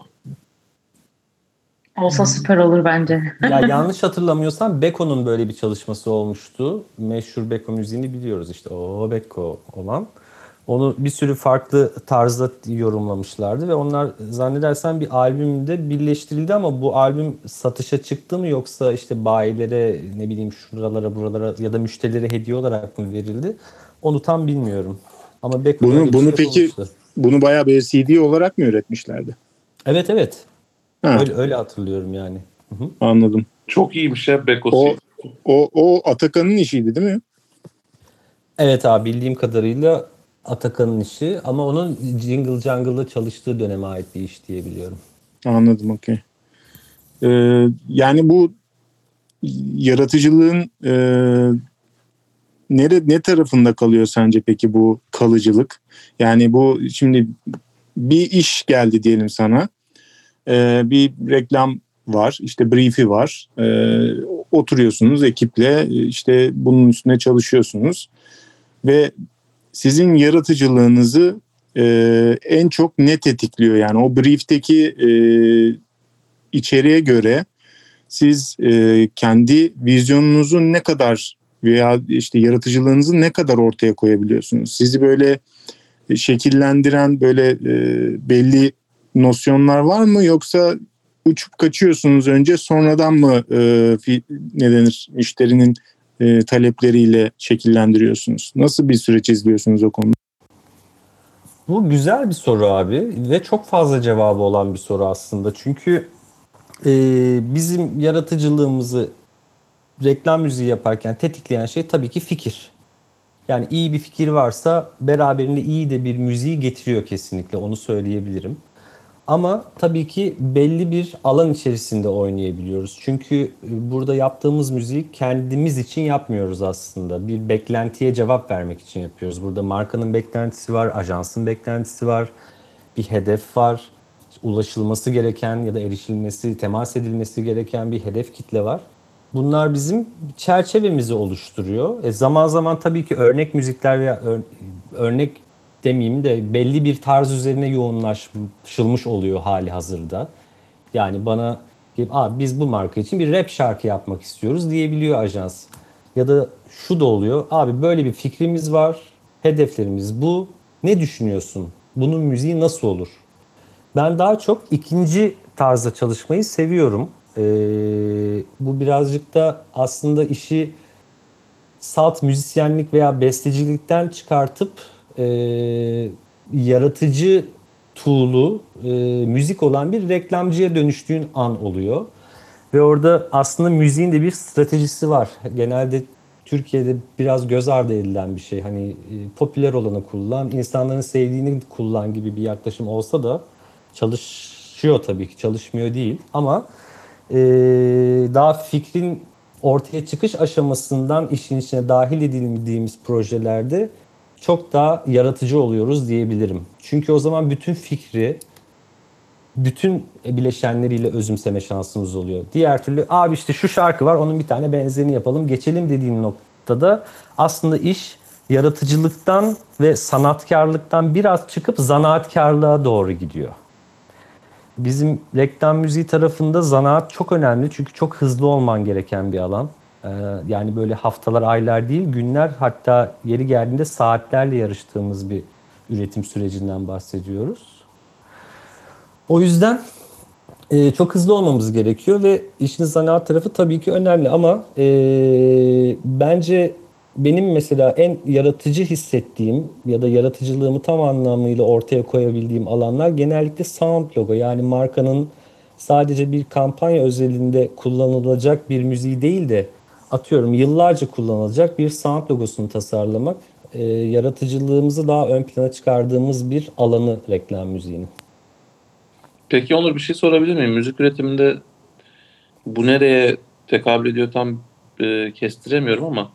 Olsa süper olur bence. Ya yanlış hatırlamıyorsam Beko'nun böyle bir çalışması olmuştu. Meşhur Beko müziğini biliyoruz işte, o Beko olan. Onu bir sürü farklı tarzda yorumlamışlardı ve onlar zannedersem bir albümde birleştirildi ama bu albüm satışa çıktı mı yoksa işte bayilere, ne bileyim şuralara buralara ya da müşterilere hediye olarak mı verildi? Onu tam bilmiyorum. Ama Beko Bunu peki bunu bayağı bir CD olarak mı üretmişlerdi? Evet evet. Ha, Öyle hatırlıyorum yani. Hı hı. anladım. Çok iyiymiş ya Beko. O Atakan'ın işiydi değil mi? Evet abi, bildiğim kadarıyla Atakan'ın işi ama onun Jingle Jungle'da çalıştığı döneme ait bir iş diye biliyorum. Anladım, okey. Yani bu yaratıcılığın ne tarafında kalıyor sence peki bu kalıcılık? Yani bu şimdi bir iş geldi diyelim sana. Bir reklam var, işte brief'i var. Oturuyorsunuz ekiple, işte bunun üstüne çalışıyorsunuz ve sizin yaratıcılığınızı en çok ne tetikliyor? Yani o brief'teki içeriğe göre siz kendi vizyonunuzu ne kadar veya işte yaratıcılığınızı ne kadar ortaya koyabiliyorsunuz? Sizi böyle şekillendiren böyle belli nosyonlar var mı, yoksa uçup kaçıyorsunuz önce, sonradan mı ne denir, müşterinin talepleriyle şekillendiriyorsunuz? Nasıl bir süreç izliyorsunuz o konuda? Bu güzel bir soru abi ve çok fazla cevabı olan bir soru aslında. Çünkü bizim yaratıcılığımızı reklam müziği yaparken tetikleyen şey tabii ki fikir. Yani iyi bir fikir varsa beraberinde iyi de bir müziği getiriyor kesinlikle, onu söyleyebilirim. Ama tabii ki belli bir alan içerisinde oynayabiliyoruz. Çünkü burada yaptığımız müziği kendimiz için yapmıyoruz aslında. Bir beklentiye cevap vermek için yapıyoruz. Burada markanın beklentisi var, ajansın beklentisi var, bir hedef var. Ulaşılması gereken ya da erişilmesi, temas edilmesi gereken bir hedef kitle var. Bunlar bizim çerçevemizi oluşturuyor. Zaman zaman tabii ki örnek müzikler veya örnek demeyeyim de belli bir tarz üzerine yoğunlaşılmış oluyor hali hazırda. Yani bana biz bu marka için bir rap şarkı yapmak istiyoruz diyebiliyor ajans. Ya da şu da oluyor, abi böyle bir fikrimiz var, hedeflerimiz bu, ne düşünüyorsun? Bunun müziği nasıl olur? Ben daha çok ikinci tarzda çalışmayı seviyorum. Bu birazcık da aslında işi salt müzisyenlik veya bestecilikten çıkartıp yaratıcı tool'u müzik olan bir reklamcıya dönüştüğün an oluyor. Ve orada aslında müziğin de bir stratejisi var. Genelde Türkiye'de biraz göz ardı edilen bir şey. Hani popüler olanı kullan, insanların sevdiğini kullan gibi bir yaklaşım olsa da çalışıyor tabii ki, çalışmıyor değil. Ama daha fikrin ortaya çıkış aşamasından işin içine dahil edildiğimiz projelerde çok daha yaratıcı oluyoruz diyebilirim. Çünkü o zaman bütün fikri, bütün bileşenleriyle özümseme şansımız oluyor. Diğer türlü abi işte şu şarkı var, onun bir tane benzerini yapalım geçelim dediğim noktada aslında iş yaratıcılıktan ve sanatkarlıktan biraz çıkıp zanaatkarlığa doğru gidiyor. Bizim reklam müziği tarafında zanaat çok önemli çünkü çok hızlı olman gereken bir alan. Yani böyle haftalar, aylar değil, günler, hatta yeri geldiğinde saatlerle yarıştığımız bir üretim sürecinden bahsediyoruz. O yüzden çok hızlı olmamız gerekiyor ve işin zanaat tarafı tabii ki önemli ama bence benim mesela en yaratıcı hissettiğim ya da yaratıcılığımı tam anlamıyla ortaya koyabildiğim alanlar genellikle sound logo, yani markanın sadece bir kampanya özelinde kullanılacak bir müziği değil de atıyorum yıllarca kullanılacak bir sound logosunu tasarlamak, yaratıcılığımızı daha ön plana çıkardığımız bir alanı reklam müziğinin. Peki Onur, bir şey sorabilir miyim? Müzik üretiminde bu nereye tekabül ediyor tam kestiremiyorum ama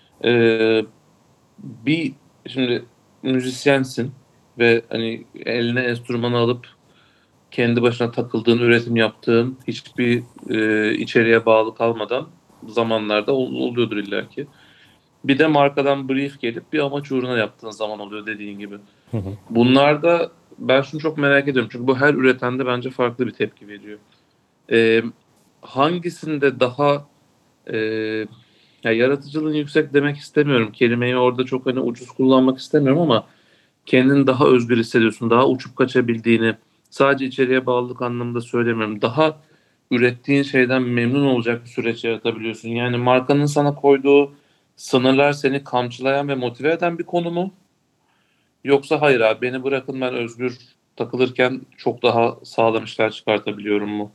bir şimdi müzisyensin ve hani eline enstrümanı alıp kendi başına takıldığın, üretim yaptığın, hiçbir içeriğe bağlı kalmadan zamanlarda oluyordur illaki. Bir de markadan brief gelip bir amaç uğruna yaptığın zaman oluyor dediğin gibi. Hı hı. Bunlarda ben şunu çok merak ediyorum. Çünkü bu her üretende bence farklı bir tepki veriyor. Hangisinde daha ya yaratıcılığın yüksek demek istemiyorum. Kelimeyi orada çok hani ucuz kullanmak istemiyorum ama kendini daha özgür hissediyorsun. Daha uçup kaçabildiğini, sadece içeriye bağlılık anlamında söylemiyorum. Daha ürettiğin şeyden memnun olacak bir süreç yaratabiliyorsun. Yani markanın sana koyduğu sınırlar seni kamçılayan ve motive eden bir konu mu? Yoksa hayır abi beni bırakın ben özgür takılırken çok daha sağlam işler çıkartabiliyorum mu?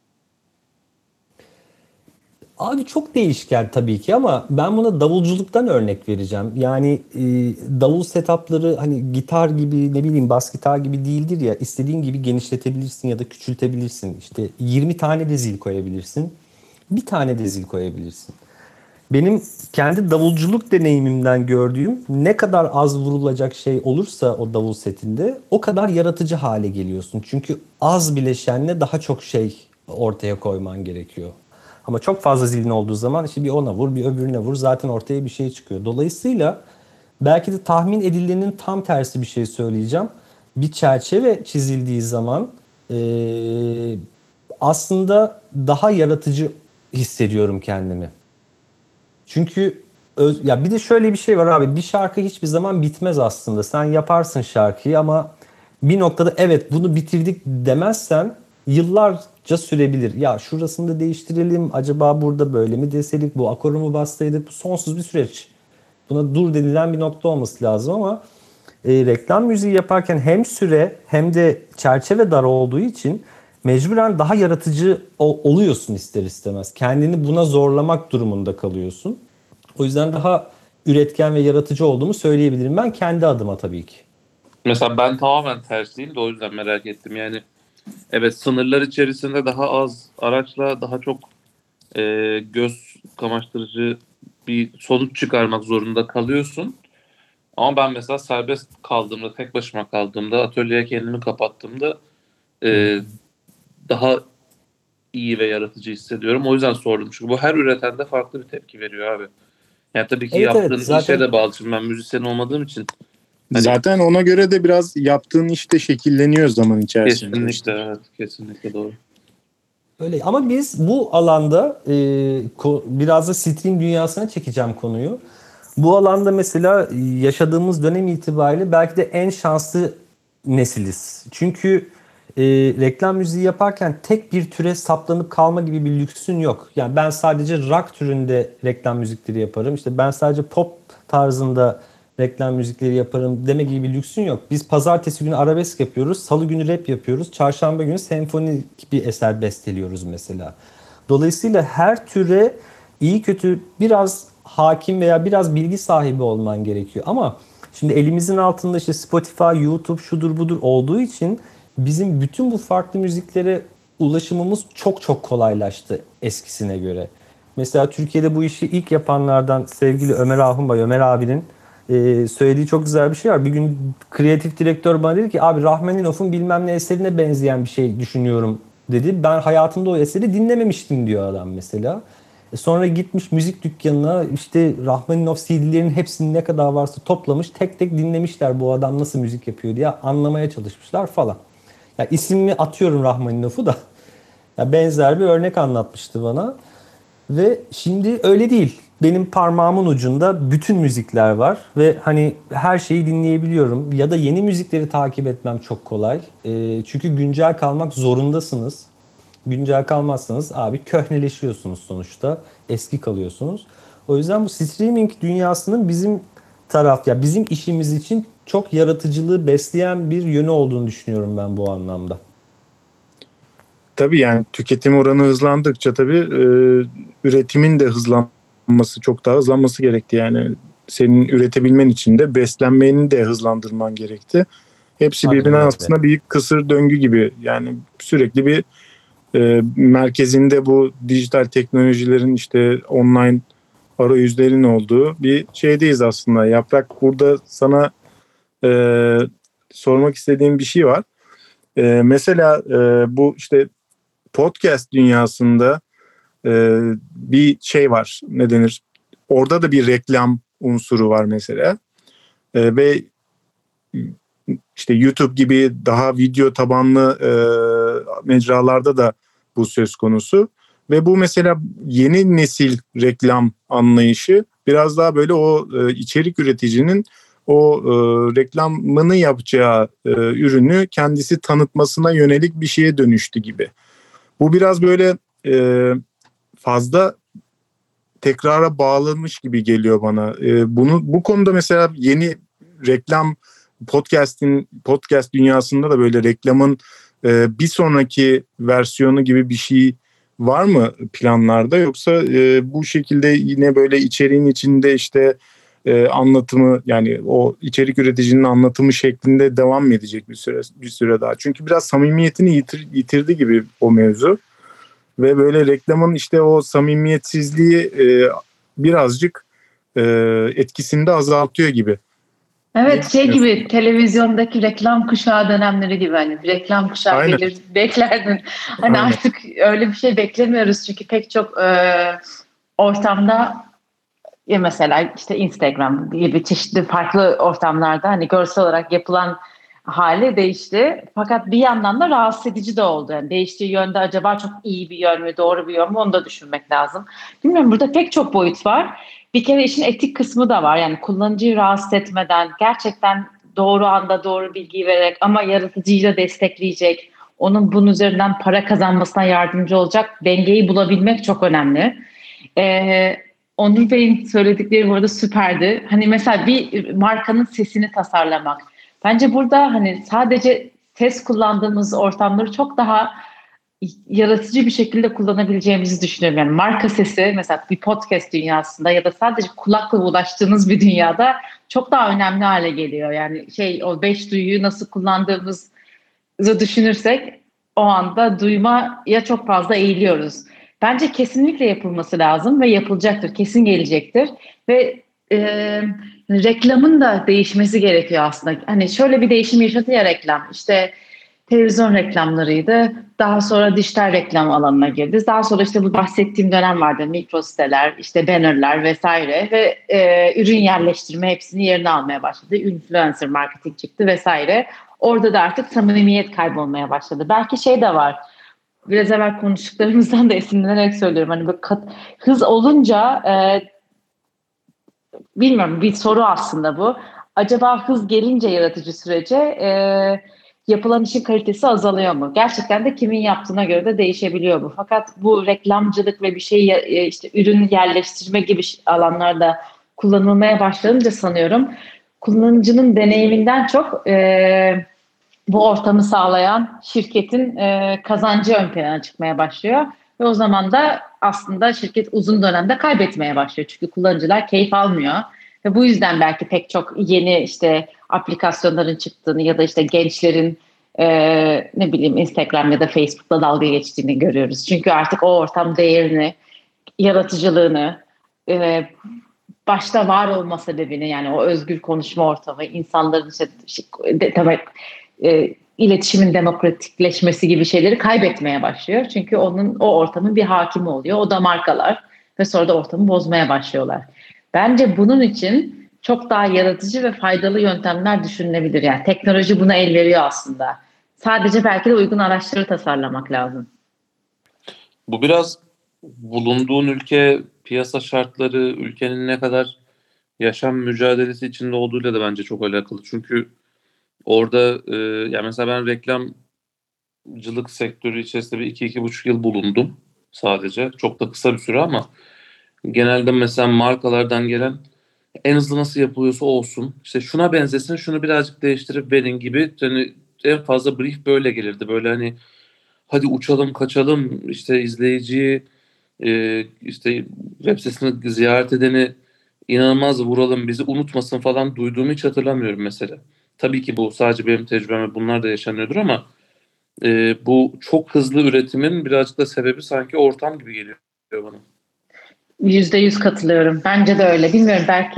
Abi çok değişken tabii ki ama ben buna davulculuktan örnek vereceğim. Yani davul setupları hani gitar gibi, ne bileyim, bas gitar gibi değildir ya. İstediğin gibi genişletebilirsin ya da küçültebilirsin. İşte 20 tane de zil koyabilirsin. Bir tane de zil koyabilirsin. Benim kendi davulculuk deneyimimden gördüğüm, ne kadar az vurulacak şey olursa o davul setinde o kadar yaratıcı hale geliyorsun. Çünkü az bileşenle daha çok şey ortaya koyman gerekiyor. Ama çok fazla zilin olduğu zaman işte bir ona vur, bir öbürüne vur, zaten ortaya bir şey çıkıyor. Dolayısıyla belki de tahmin edilenin tam tersi bir şey söyleyeceğim. Bir çerçeve çizildiği zaman aslında daha yaratıcı hissediyorum kendimi. Çünkü ya bir de şöyle bir şey var abi, bir şarkı hiçbir zaman bitmez aslında. Sen yaparsın şarkıyı ama bir noktada evet bunu bitirdik demezsen yıllarca sürebilir. Ya şurasını da değiştirelim, acaba burada böyle mi deseydik, bu akoru mu bassaydık, bu sonsuz bir süreç. Buna dur denilen bir nokta olması lazım ama reklam müziği yaparken hem süre hem de çerçeve dar olduğu için mecburen daha yaratıcı oluyorsun ister istemez. Kendini buna zorlamak durumunda kalıyorsun. O yüzden daha üretken ve yaratıcı olduğumu söyleyebilirim ben kendi adıma tabii ki. Mesela ben tamamen tersliyim de o yüzden merak ettim. Yani evet, sınırlar içerisinde daha az araçla daha çok göz kamaştırıcı bir sonuç çıkarmak zorunda kalıyorsun. Ama ben mesela serbest kaldığımda, tek başıma kaldığımda, atölyeye kendimi kapattığımda daha iyi ve yaratıcı hissediyorum. O yüzden sordum. Çünkü bu her üretende farklı bir tepki veriyor abi. Yani tabii ki Evet, yaptığın zaten işe de bağlı. Şimdi ben müzisyen olmadığım için. Hani Zaten ona göre de biraz yaptığın iş de şekilleniyor zaman içerisinde. kesinlikle, evet, kesinlikle doğru. öyle. Ama biz bu alanda biraz da stream dünyasına çekeceğim konuyu. Bu alanda mesela yaşadığımız dönem itibariyle belki de en şanslı nesiliz. Çünkü reklam müziği yaparken tek bir türe saplanıp kalma gibi bir lüksün yok. Yani ben sadece rock türünde reklam müzikleri yaparım, İşte ben sadece pop tarzında reklam müzikleri yaparım deme gibi bir lüksün yok. Biz pazartesi günü arabesk yapıyoruz, salı günü rap yapıyoruz, çarşamba günü senfonik bir eser besteliyoruz mesela. Dolayısıyla her türe iyi kötü biraz hakim veya biraz bilgi sahibi olman gerekiyor. Ama şimdi elimizin altında işte Spotify, YouTube şudur budur olduğu için bizim bütün bu farklı müziklere ulaşımımız çok çok kolaylaştı eskisine göre. Mesela Türkiye'de bu işi ilk yapanlardan sevgili Ömer Ahunbay, Ömer abinin söylediği çok güzel bir şey var. Bir gün kreatif direktör bana dedi ki abi Rahmaninov'un bilmem ne eserine benzeyen bir şey düşünüyorum dedi. Ben hayatımda o eseri dinlememiştim diyor adam mesela. Sonra gitmiş müzik dükkanına işte Rahmaninov CD'lerin hepsini ne kadar varsa toplamış. Tek tek dinlemişler bu adam nasıl müzik yapıyor diye anlamaya çalışmışlar falan. Ya ismini atıyorum Rahmaninov'u da. Ya benzer bir örnek anlatmıştı bana. Ve şimdi öyle değil. Benim parmağımın ucunda bütün müzikler var ve hani her şeyi dinleyebiliyorum ya da yeni müzikleri takip etmem çok kolay. Çünkü güncel kalmak zorundasınız. Güncel kalmazsanız abi köhneleşiyorsunuz sonuçta. Eski kalıyorsunuz. O yüzden bu streaming dünyasının bizim bizim işimiz için çok yaratıcılığı besleyen bir yönü olduğunu düşünüyorum ben bu anlamda. Tabii yani tüketim oranı hızlandıkça tabii üretimin de hızlanması, çok daha hızlanması gerekti. Yani senin üretebilmen için de beslenmeni de hızlandırman gerekti. Hepsi Aynen birbirine öyle. aslında bir kısır döngü gibi. Yani sürekli bir merkezinde bu dijital teknolojilerin işte online arayüzlerin olduğu bir şeydeyiz aslında. Yaprak, burada sana e, sormak istediğim bir şey var. Mesela bu işte podcast dünyasında bir şey var. Ne denir? Orada da bir reklam unsuru var mesela. Ve işte YouTube gibi daha video tabanlı mecralarda da bu söz konusu. Ve bu mesela yeni nesil reklam anlayışı biraz daha böyle o içerik üreticinin o reklamını yapacağı ürünü kendisi tanıtmasına yönelik bir şeye dönüştü gibi. Bu biraz böyle fazla tekrara bağlanmış gibi geliyor bana. Bu konuda mesela yeni reklam podcast dünyasında da böyle reklamın bir sonraki versiyonu gibi bir şey var mı planlarda, yoksa bu şekilde yine böyle içeriğin içinde işte anlatımı, yani o içerik üreticinin anlatımı şeklinde devam mı edecek bir süre daha? Çünkü biraz samimiyetini yitirdi gibi o mevzu. Ve böyle reklamın işte o samimiyetsizliği birazcık etkisini de azaltıyor gibi. Evet, şey gibi, televizyondaki reklam kuşağı dönemleri gibi, hani bir reklam kuşağı Aynen. gelir beklerdin. Hani Aynen. artık öyle bir şey beklemiyoruz çünkü pek çok ortamda, ya mesela işte Instagram gibi çeşitli farklı ortamlarda hani görsel olarak yapılan hali değişti. Fakat bir yandan da rahatsız edici de oldu. Yani değiştiği yönde acaba çok iyi bir yön mü, doğru bir yön mü, onu da düşünmek lazım. Bilmiyorum, burada pek çok boyut var. Bir kere işin etik kısmı da var. Yani kullanıcıyı rahatsız etmeden gerçekten doğru anda doğru bilgiyi vererek ama yaratıcıyı da destekleyecek, onun bunun üzerinden para kazanmasına yardımcı olacak dengeyi bulabilmek çok önemli. Onur Bey'in söyledikleri bu arada süperdi. Hani mesela bir markanın sesini tasarlamak. Bence burada hani sadece ses kullandığımız ortamları çok daha yaratıcı bir şekilde kullanabileceğimizi düşünüyorum. Yani marka sesi mesela bir podcast dünyasında ya da sadece kulakla ulaştığımız bir dünyada çok daha önemli hale geliyor. Yani o 5 duyuyu nasıl kullandığımızı düşünürsek o anda duymaya çok fazla eğiliyoruz. Bence kesinlikle yapılması lazım ve yapılacaktır, kesin gelecektir ve reklamın da değişmesi gerekiyor aslında. Hani şöyle bir değişim yaşadı ya reklam. İşte televizyon reklamlarıydı. Daha sonra dijital reklam alanına girdi. Daha sonra işte bu bahsettiğim dönem vardı. Mikro siteler, işte bannerlar vesaire ve ürün yerleştirme hepsini yerine almaya başladı. Influencer marketing çıktı vesaire. Orada da artık samimiyet kaybolmaya başladı. Belki şey de var. Biraz evvel konuştuklarımızdan da esinlenerek söylüyorum. Hani böyle hız olunca bilmiyorum, bir soru aslında bu. Acaba hız gelince yaratıcı sürece yapılan işin kalitesi azalıyor mu? Gerçekten de kimin yaptığına göre de değişebiliyor bu. Fakat bu reklamcılık ve bir şey işte ürün yerleştirme gibi alanlarda kullanılmaya başlanınca sanıyorum kullanıcının deneyiminden çok bu ortamı sağlayan şirketin kazancı ön plana çıkmaya başlıyor. Ve o zaman da aslında şirket uzun dönemde kaybetmeye başlıyor. Çünkü kullanıcılar keyif almıyor. Ve bu yüzden belki pek çok yeni işte aplikasyonların çıktığını ya da işte gençlerin ne bileyim Instagram ya da Facebook'ta dalga geçtiğini görüyoruz. Çünkü artık o ortam değerini, yaratıcılığını, e, başta var olma sebebini, yani o özgür konuşma ortamı, insanların işte, iletişimin demokratikleşmesi gibi şeyleri kaybetmeye başlıyor. Çünkü o ortamın bir hakimi oluyor. O da markalar ve sonra da ortamı bozmaya başlıyorlar. Bence bunun için çok daha yaratıcı ve faydalı yöntemler düşünülebilir. Yani teknoloji buna el veriyor aslında. Sadece belki de uygun araçları tasarlamak lazım. Bu biraz bulunduğun ülke, piyasa şartları, ülkenin ne kadar yaşam mücadelesi içinde olduğuyla da bence çok alakalı. Çünkü orada yani mesela ben reklamcılık sektörü içerisinde bir 2-2,5 yıl bulundum sadece. Çok da kısa bir süre ama genelde mesela markalardan gelen en hızlı nasıl yapılıyorsa olsun, İşte şuna benzesin, şunu birazcık değiştirip verin gibi, hani en fazla brief böyle gelirdi. Böyle hani hadi uçalım kaçalım, işte izleyiciyi işte web sitesini ziyaret edeni inanılmaz vuralım, bizi unutmasın falan duyduğumu hiç hatırlamıyorum mesela. Tabii ki bu sadece benim tecrübem ve bunlar da yaşanıyordur ama bu çok hızlı üretimin birazcık da sebebi sanki ortam gibi geliyor bana. %100 katılıyorum. Bence de öyle. Bilmiyorum, belki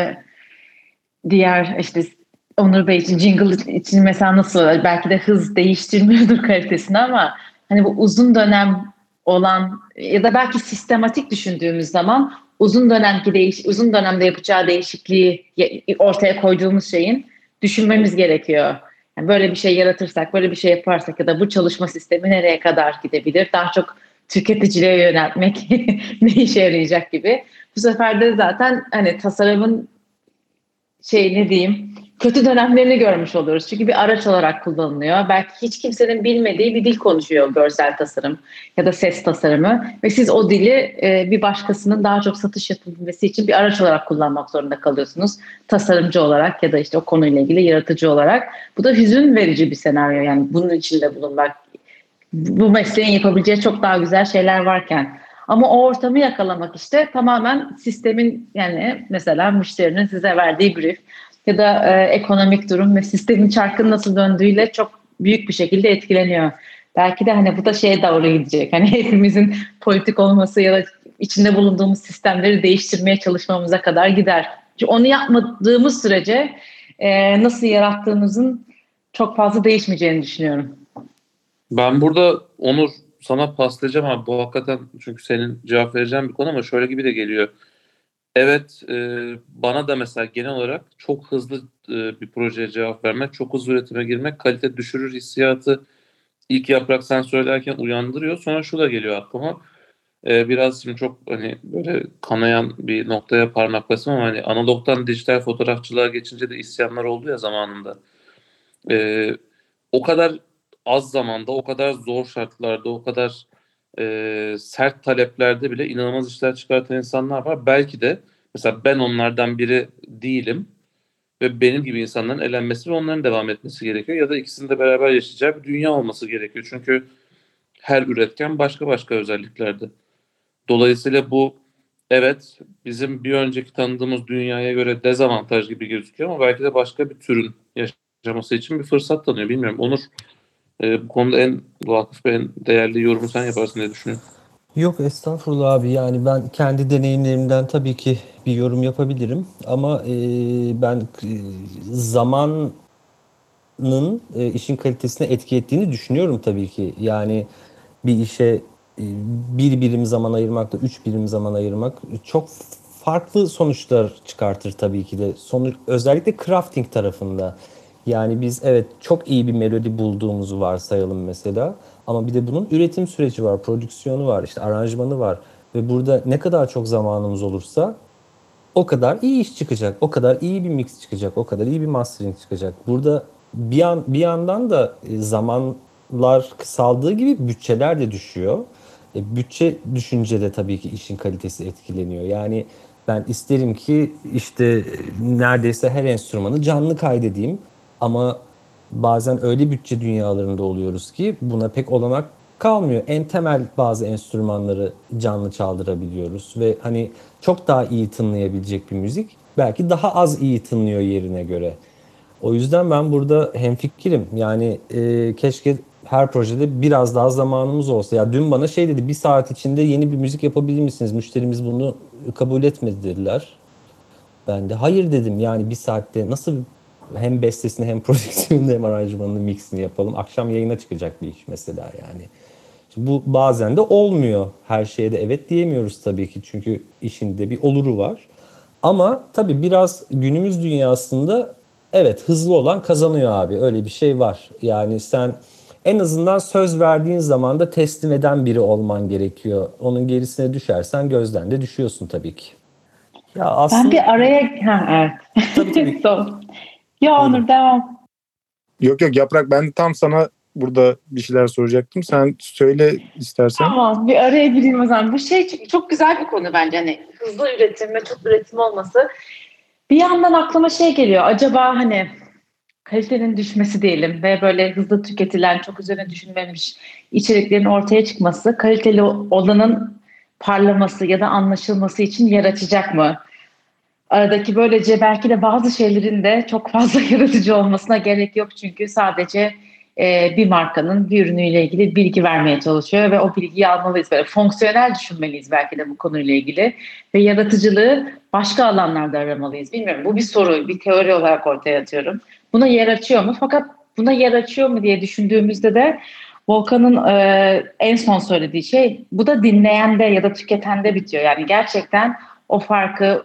diğer işte Onur Bey için jingle için mesela nasıl, belki de hız değiştirmiyordur kalitesini ama hani bu uzun dönem olan ya da belki sistematik düşündüğümüz zaman uzun dönemde yapacağı değişikliği ortaya koyduğumuz şeyin düşünmemiz gerekiyor. Yani böyle bir şey yaratırsak, böyle bir şey yaparsak ya da bu çalışma sistemi nereye kadar gidebilir? Daha çok tüketiciliğe yöneltmek ne işe yarayacak gibi. Bu sefer de zaten hani tasarımın ne diyeyim, kötü dönemlerini görmüş oluyoruz. Çünkü bir araç olarak kullanılıyor. Belki hiç kimsenin bilmediği bir dil konuşuyor görsel tasarım ya da ses tasarımı ve siz o dili bir başkasının daha çok satış yapabilmesi için bir araç olarak kullanmak zorunda kalıyorsunuz. Tasarımcı olarak ya da işte o konuyla ilgili yaratıcı olarak. Bu da hüzün verici bir senaryo, yani bunun içinde bulunmak. Bu mesleğin yapabileceği çok daha güzel şeyler varken. Ama o ortamı yakalamak işte tamamen sistemin, yani mesela müşterinin size verdiği brief ya da ekonomik durum ve sistemin çarkın nasıl döndüğüyle çok büyük bir şekilde etkileniyor. Belki de hani bu da şeye doğru gidecek. Hani hepimizin politik olması ya da içinde bulunduğumuz sistemleri değiştirmeye çalışmamıza kadar gider. Çünkü onu yapmadığımız sürece nasıl yarattığımızın çok fazla değişmeyeceğini düşünüyorum. Ben burada Onur sana paslayacağım abi. Bu hakikaten, çünkü senin cevap vereceğin bir konu ama şöyle gibi de geliyor. Evet, bana da mesela genel olarak çok hızlı bir projeye cevap vermek, çok hızlı üretime girmek kalite düşürür hissiyatı ilk Yaprak sen söylerken uyandırıyor. Sonra şu da geliyor aklıma. Biraz şimdi çok hani böyle kanayan bir noktaya parmak basım ama hani analogdan dijital fotoğrafçılığa geçince de isyanlar oldu ya zamanında. E, O kadar az zamanda, o kadar zor şartlarda, o kadar sert taleplerde bile inanılmaz işler çıkartan insanlar var. Belki de mesela ben onlardan biri değilim ve benim gibi insanların elenmesi ve onların devam etmesi gerekiyor. Ya da ikisinin de beraber yaşayacağı bir dünya olması gerekiyor. Çünkü her üretken başka başka özelliklerde. Dolayısıyla bu, evet, bizim bir önceki tanıdığımız dünyaya göre dezavantaj gibi gözüküyor ama belki de başka bir türün yaşaması için bir fırsat tanıyor. Bilmiyorum. Onur, bu konuda en vakıf ve en değerli yorumu sen yaparsın diye düşünüyorum. Yok estağfurullah abi, yani ben kendi deneyimlerimden tabii ki bir yorum yapabilirim ama ben zamanın işin kalitesine etki ettiğini düşünüyorum tabii ki. Yani bir işe bir birim zaman ayırmakla 3 birim zaman ayırmak çok farklı sonuçlar çıkartır tabii ki de. Özellikle crafting tarafında. Yani biz evet çok iyi bir melodi bulduğumuzu varsayalım mesela. Ama bir de bunun üretim süreci var, prodüksiyonu var, işte aranjmanı var. Ve burada ne kadar çok zamanımız olursa o kadar iyi iş çıkacak, o kadar iyi bir mix çıkacak, o kadar iyi bir mastering çıkacak. Burada bir yandan da zamanlar kısaldığı gibi bütçeler de düşüyor. Bütçe düşünce de tabii ki işin kalitesi etkileniyor. Yani ben isterim ki işte neredeyse her enstrümanı canlı kaydedeyim ama bazen öyle bütçe dünyalarında oluyoruz ki buna pek olanak kalmıyor. En temel bazı enstrümanları canlı çaldırabiliyoruz ve hani çok daha iyi tınlayabilecek bir müzik belki daha az iyi tınlıyor yerine göre. O yüzden ben burada hemfikirim. Yani keşke her projede biraz daha zamanımız olsa. Ya dün bana şey dedi, bir saat içinde yeni bir müzik yapabilir misiniz? Müşterimiz bunu kabul etmedi dediler. Ben de hayır dedim, yani bir saatte nasıl hem bestesini hem prodüksiyonunu hem aranjmanını mixini yapalım. Akşam yayına çıkacak bir iş mesela yani. Şimdi bu bazen de olmuyor. Her şeye de evet diyemiyoruz tabii ki. Çünkü işin de bir oluru var. Ama tabii biraz günümüz dünyasında evet hızlı olan kazanıyor abi. Öyle bir şey var. Yani sen en azından söz verdiğin zaman da teslim eden biri olman gerekiyor. Onun gerisine düşersen gözden de düşüyorsun tabii ki. Ya aslında... Ben bir araya... Ha, evet. Tabii. Son. Ya Buyurun. Onur devam. Yok Yaprak, ben de tam sana burada bir şeyler soracaktım. Sen söyle istersen. Tamam, bir araya gireyim o zaman. Bu şey çünkü çok güzel bir konu bence, hani hızlı üretim ve çok üretim olması. Bir yandan aklıma şey geliyor. Acaba hani kalitenin düşmesi diyelim ve böyle hızlı tüketilen, çok üzerine düşünülmemiş içeriklerin ortaya çıkması, kaliteli olanın parlaması ya da anlaşılması için yer açacak mı? Aradaki böylece belki de bazı şeylerin de çok fazla yaratıcı olmasına gerek yok. Çünkü sadece bir markanın bir ürünüyle ilgili bilgi vermeye çalışıyor ve o bilgiyi almalıyız. Böyle fonksiyonel düşünmeliyiz belki de bu konuyla ilgili. Ve yaratıcılığı başka alanlarda aramalıyız. Bilmiyorum, bu bir soru, bir teori olarak ortaya atıyorum. Buna yer açıyor mu? Fakat buna yer açıyor mu diye düşündüğümüzde de Volkan'ın en son söylediği şey, bu da dinleyende ya da tüketende bitiyor. Yani gerçekten o farkı,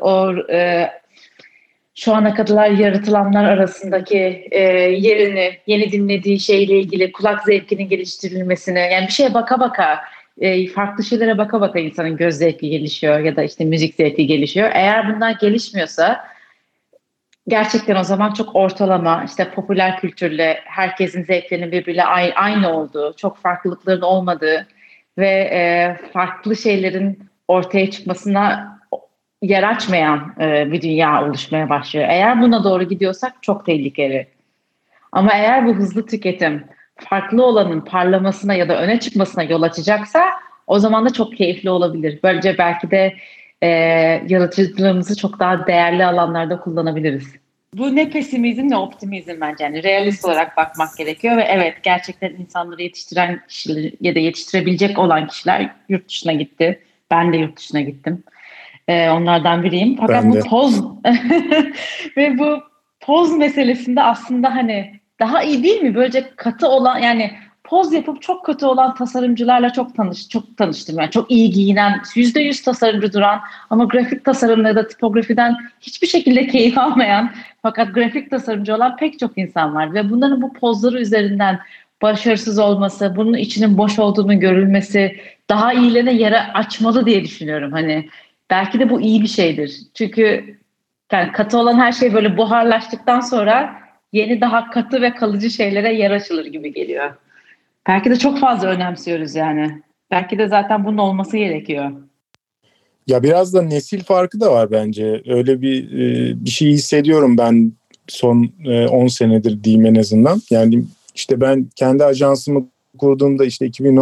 şu ana kadar yaratılanlar arasındaki yerini, yeni dinlediği şeyle ilgili kulak zevkinin geliştirilmesine, yani bir şeye baka baka, farklı şeylere baka baka insanın göz zevki gelişiyor ya da işte müzik zevki gelişiyor. Eğer bunlar gelişmiyorsa gerçekten o zaman çok ortalama, işte popüler kültürle herkesin zevklerinin birbiriyle aynı olduğu, çok farklılıkların olmadığı ve farklı şeylerin ortaya çıkmasına yer açmayan bir dünya oluşmaya başlıyor. Eğer buna doğru gidiyorsak çok tehlikeli. Ama eğer bu hızlı tüketim farklı olanın parlamasına ya da öne çıkmasına yol açacaksa o zaman da çok keyifli olabilir. Böylece belki de yaratıcılığımızı çok daha değerli alanlarda kullanabiliriz. Bu ne pesimizm ne optimizm bence. Yani realist olarak bakmak gerekiyor ve evet, gerçekten insanları yetiştiren kişiler ya da yetiştirebilecek olan kişiler yurt dışına gitti. Ben de yurt dışına gittim. Onlardan biriyim. Fakat Ben bu de. poz ve bu poz meselesinde aslında hani daha iyi değil mi? Böylece katı olan, yani poz yapıp çok kötü olan tasarımcılarla çok tanıştım. Yani çok iyi giyinen, %100 tasarımcı duran ama grafik tasarımla ya da tipografiden hiçbir şekilde keyif almayan fakat grafik tasarımcı olan pek çok insan var. Ve bunların bu pozları üzerinden başarısız olması, bunun içinin boş olduğunu görülmesi daha iyilerine yere açmalı diye düşünüyorum. Hani belki de bu iyi bir şeydir. Çünkü yani katı olan her şey böyle buharlaştıktan sonra yeni daha katı ve kalıcı şeylere yer açılır gibi geliyor. Belki de çok fazla önemsiyoruz yani. Belki de zaten bunun olması gerekiyor. Ya biraz da nesil farkı da var bence. Öyle bir şey hissediyorum ben son 10 senedir diyeyim en azından. Yani işte ben kendi ajansımı kurduğumda işte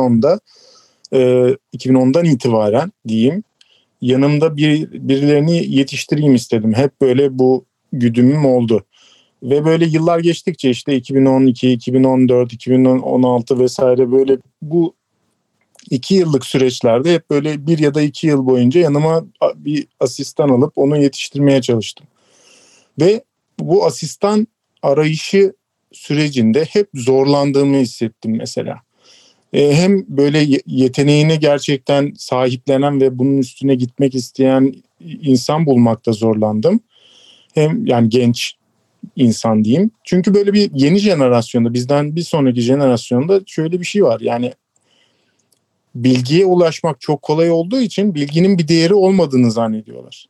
2010'dan itibaren diyeyim, yanımda birilerini yetiştireyim istedim. Hep böyle bu güdümüm oldu. Ve böyle yıllar geçtikçe işte 2012, 2014, 2016 vesaire, böyle bu 2 yıllık süreçlerde hep böyle 1 ya da 2 yıl boyunca yanıma bir asistan alıp onu yetiştirmeye çalıştım. Ve bu asistan arayışı sürecinde hep zorlandığımı hissettim mesela. Hem böyle yeteneğini gerçekten sahiplenen ve bunun üstüne gitmek isteyen insan bulmakta zorlandım. Hem yani genç insan diyeyim. Çünkü böyle bir yeni jenerasyonda, bizden bir sonraki jenerasyonda şöyle bir şey var. Yani bilgiye ulaşmak çok kolay olduğu için bilginin bir değeri olmadığını zannediyorlar.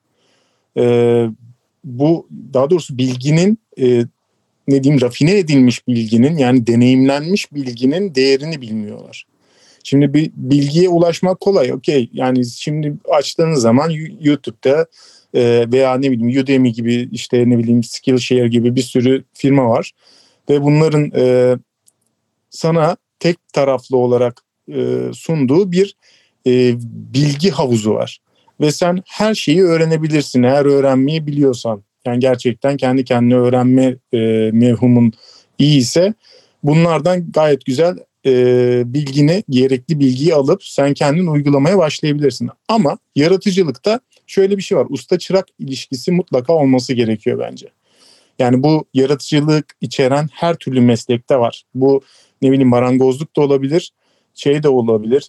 Bu daha doğrusu bilginin ne diyeyim, rafine edilmiş bilginin, yani deneyimlenmiş bilginin değerini bilmiyorlar. Şimdi bir bilgiye ulaşmak kolay, okey. Yani şimdi açtığınız zaman YouTube'da veya ne bileyim Udemy gibi, işte ne bileyim Skillshare gibi bir sürü firma var ve bunların sana tek taraflı olarak sunduğu bir bilgi havuzu var. Ve sen her şeyi öğrenebilirsin eğer öğrenmeyi biliyorsan. Yani gerçekten kendi kendine öğrenme mevhumun iyi ise bunlardan gayet güzel gerekli bilgiyi alıp sen kendin uygulamaya başlayabilirsin. Ama yaratıcılıkta şöyle bir şey var. Usta çırak ilişkisi mutlaka olması gerekiyor bence. Yani bu yaratıcılık içeren her türlü meslekte var. Bu ne bileyim marangozluk da olabilir, şey de olabilir.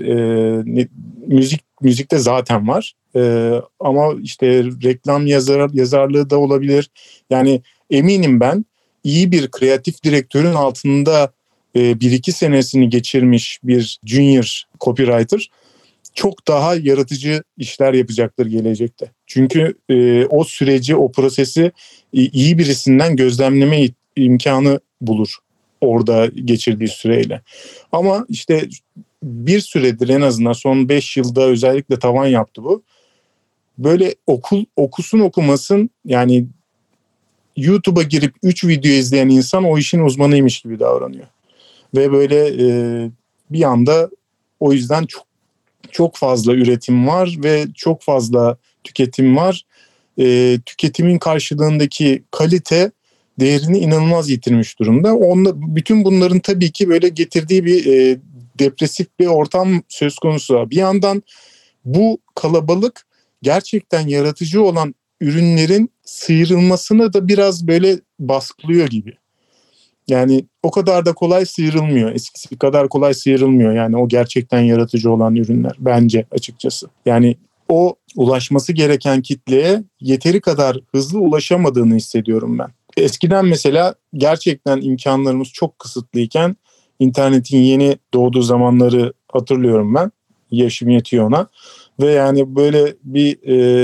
Müzikte zaten var. Ama işte reklam yazarlığı da olabilir. Yani eminim ben iyi bir kreatif direktörün altında 1-2 senesini geçirmiş bir junior copywriter çok daha yaratıcı işler yapacaktır gelecekte. Çünkü o süreci, o prosesi iyi birisinden gözlemleme imkanı bulur orada geçirdiği süreyle. Ama işte bir süredir en azından son 5 yılda özellikle tavan yaptı bu. Böyle okusun okumasın yani YouTube'a girip 3 video izleyen insan o işin uzmanıymış gibi davranıyor. Ve böyle bir anda o yüzden çok fazla üretim var ve çok fazla tüketim var. Tüketimin karşılığındaki kalite değerini inanılmaz yitirmiş durumda. Bütün bunların tabii ki böyle getirdiği bir depresif bir ortam söz konusu. Bir yandan bu kalabalık gerçekten yaratıcı olan ürünlerin sıyrılmasını da biraz böyle baskılıyor gibi. Yani o kadar da kolay sıyrılmıyor. Eskisi kadar kolay sıyrılmıyor. Yani o gerçekten yaratıcı olan ürünler bence açıkçası. Yani o ulaşması gereken kitleye yeteri kadar hızlı ulaşamadığını hissediyorum ben. Eskiden mesela gerçekten imkanlarımız çok kısıtlıyken internetin yeni doğduğu zamanları hatırlıyorum ben. Yaşım yetiyor ona. Ve yani böyle bir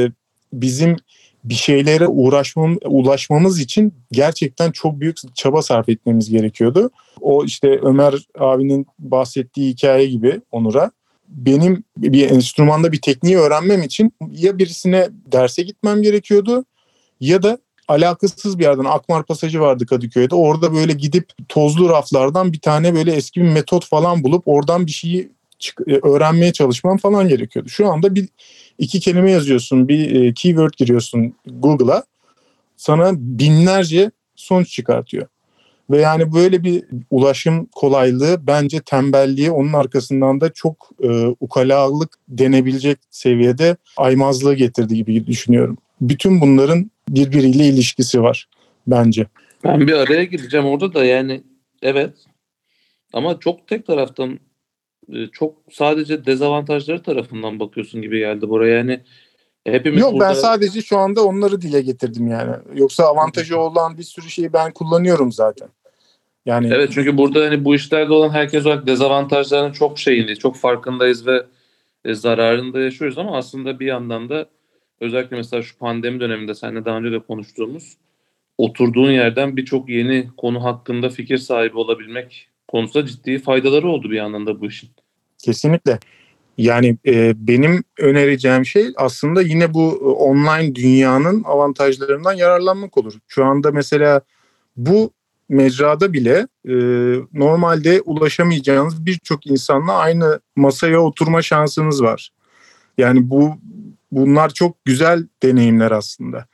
bizim bir şeylere ulaşmamız için gerçekten çok büyük çaba sarf etmemiz gerekiyordu. O işte Ömer abinin bahsettiği hikaye gibi Onur'a. Benim bir enstrümanda bir tekniği öğrenmem için ya birisine derse gitmem gerekiyordu ya da alakasız bir yerden Akmar Pasajı vardı Kadıköy'de. Orada böyle gidip tozlu raflardan bir tane böyle eski bir metot falan bulup oradan bir şeyi öğrenmeye çalışmam falan gerekiyordu. Şu anda iki kelime yazıyorsun, bir keyword giriyorsun Google'a, sana binlerce sonuç çıkartıyor. Ve yani böyle bir ulaşım kolaylığı bence tembelliği, onun arkasından da çok ukalalık denebilecek seviyede aymazlığı getirdi gibi düşünüyorum. Bütün bunların birbiriyle ilişkisi var bence. Ben bir araya gireceğim orada da yani evet ama çok tek taraftan çok sadece dezavantajları tarafından bakıyorsun gibi geldi buraya. Yani hepimiz Yok burada... ben sadece şu anda onları dile getirdim yani. Yoksa avantajı olan bir sürü şeyi ben kullanıyorum zaten. Yani Evet çünkü burada hani bu işlerde olan herkes olarak dezavantajlarının çok şeyindeyiz, çok farkındayız ve zararında yaşıyoruz ama aslında bir yandan da özellikle mesela şu pandemi döneminde seninle daha önce de konuştuğumuz oturduğun yerden birçok yeni konu hakkında fikir sahibi olabilmek konusunda ciddi faydaları oldu bir yandan da bu işin. kesinlikle. Yani benim önereceğim şey aslında yine bu online dünyanın avantajlarından yararlanmak olur. Şu anda mesela bu mecrada bile normalde ulaşamayacağınız birçok insanla aynı masaya oturma şansınız var. Yani bunlar çok güzel deneyimler aslında.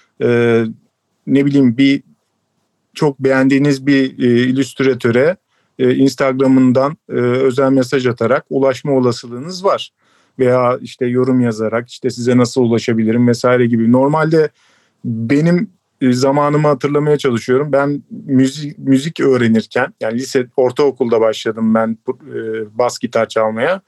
Ne bileyim çok beğendiğiniz bir illüstratöre Instagram'ından özel mesaj atarak ulaşma olasılığınız var. Veya işte yorum yazarak işte size nasıl ulaşabilirim vesaire gibi. Normalde benim zamanımı hatırlamaya çalışıyorum. Ben müzik öğrenirken yani ortaokulda başladım ben bas gitar çalmaya.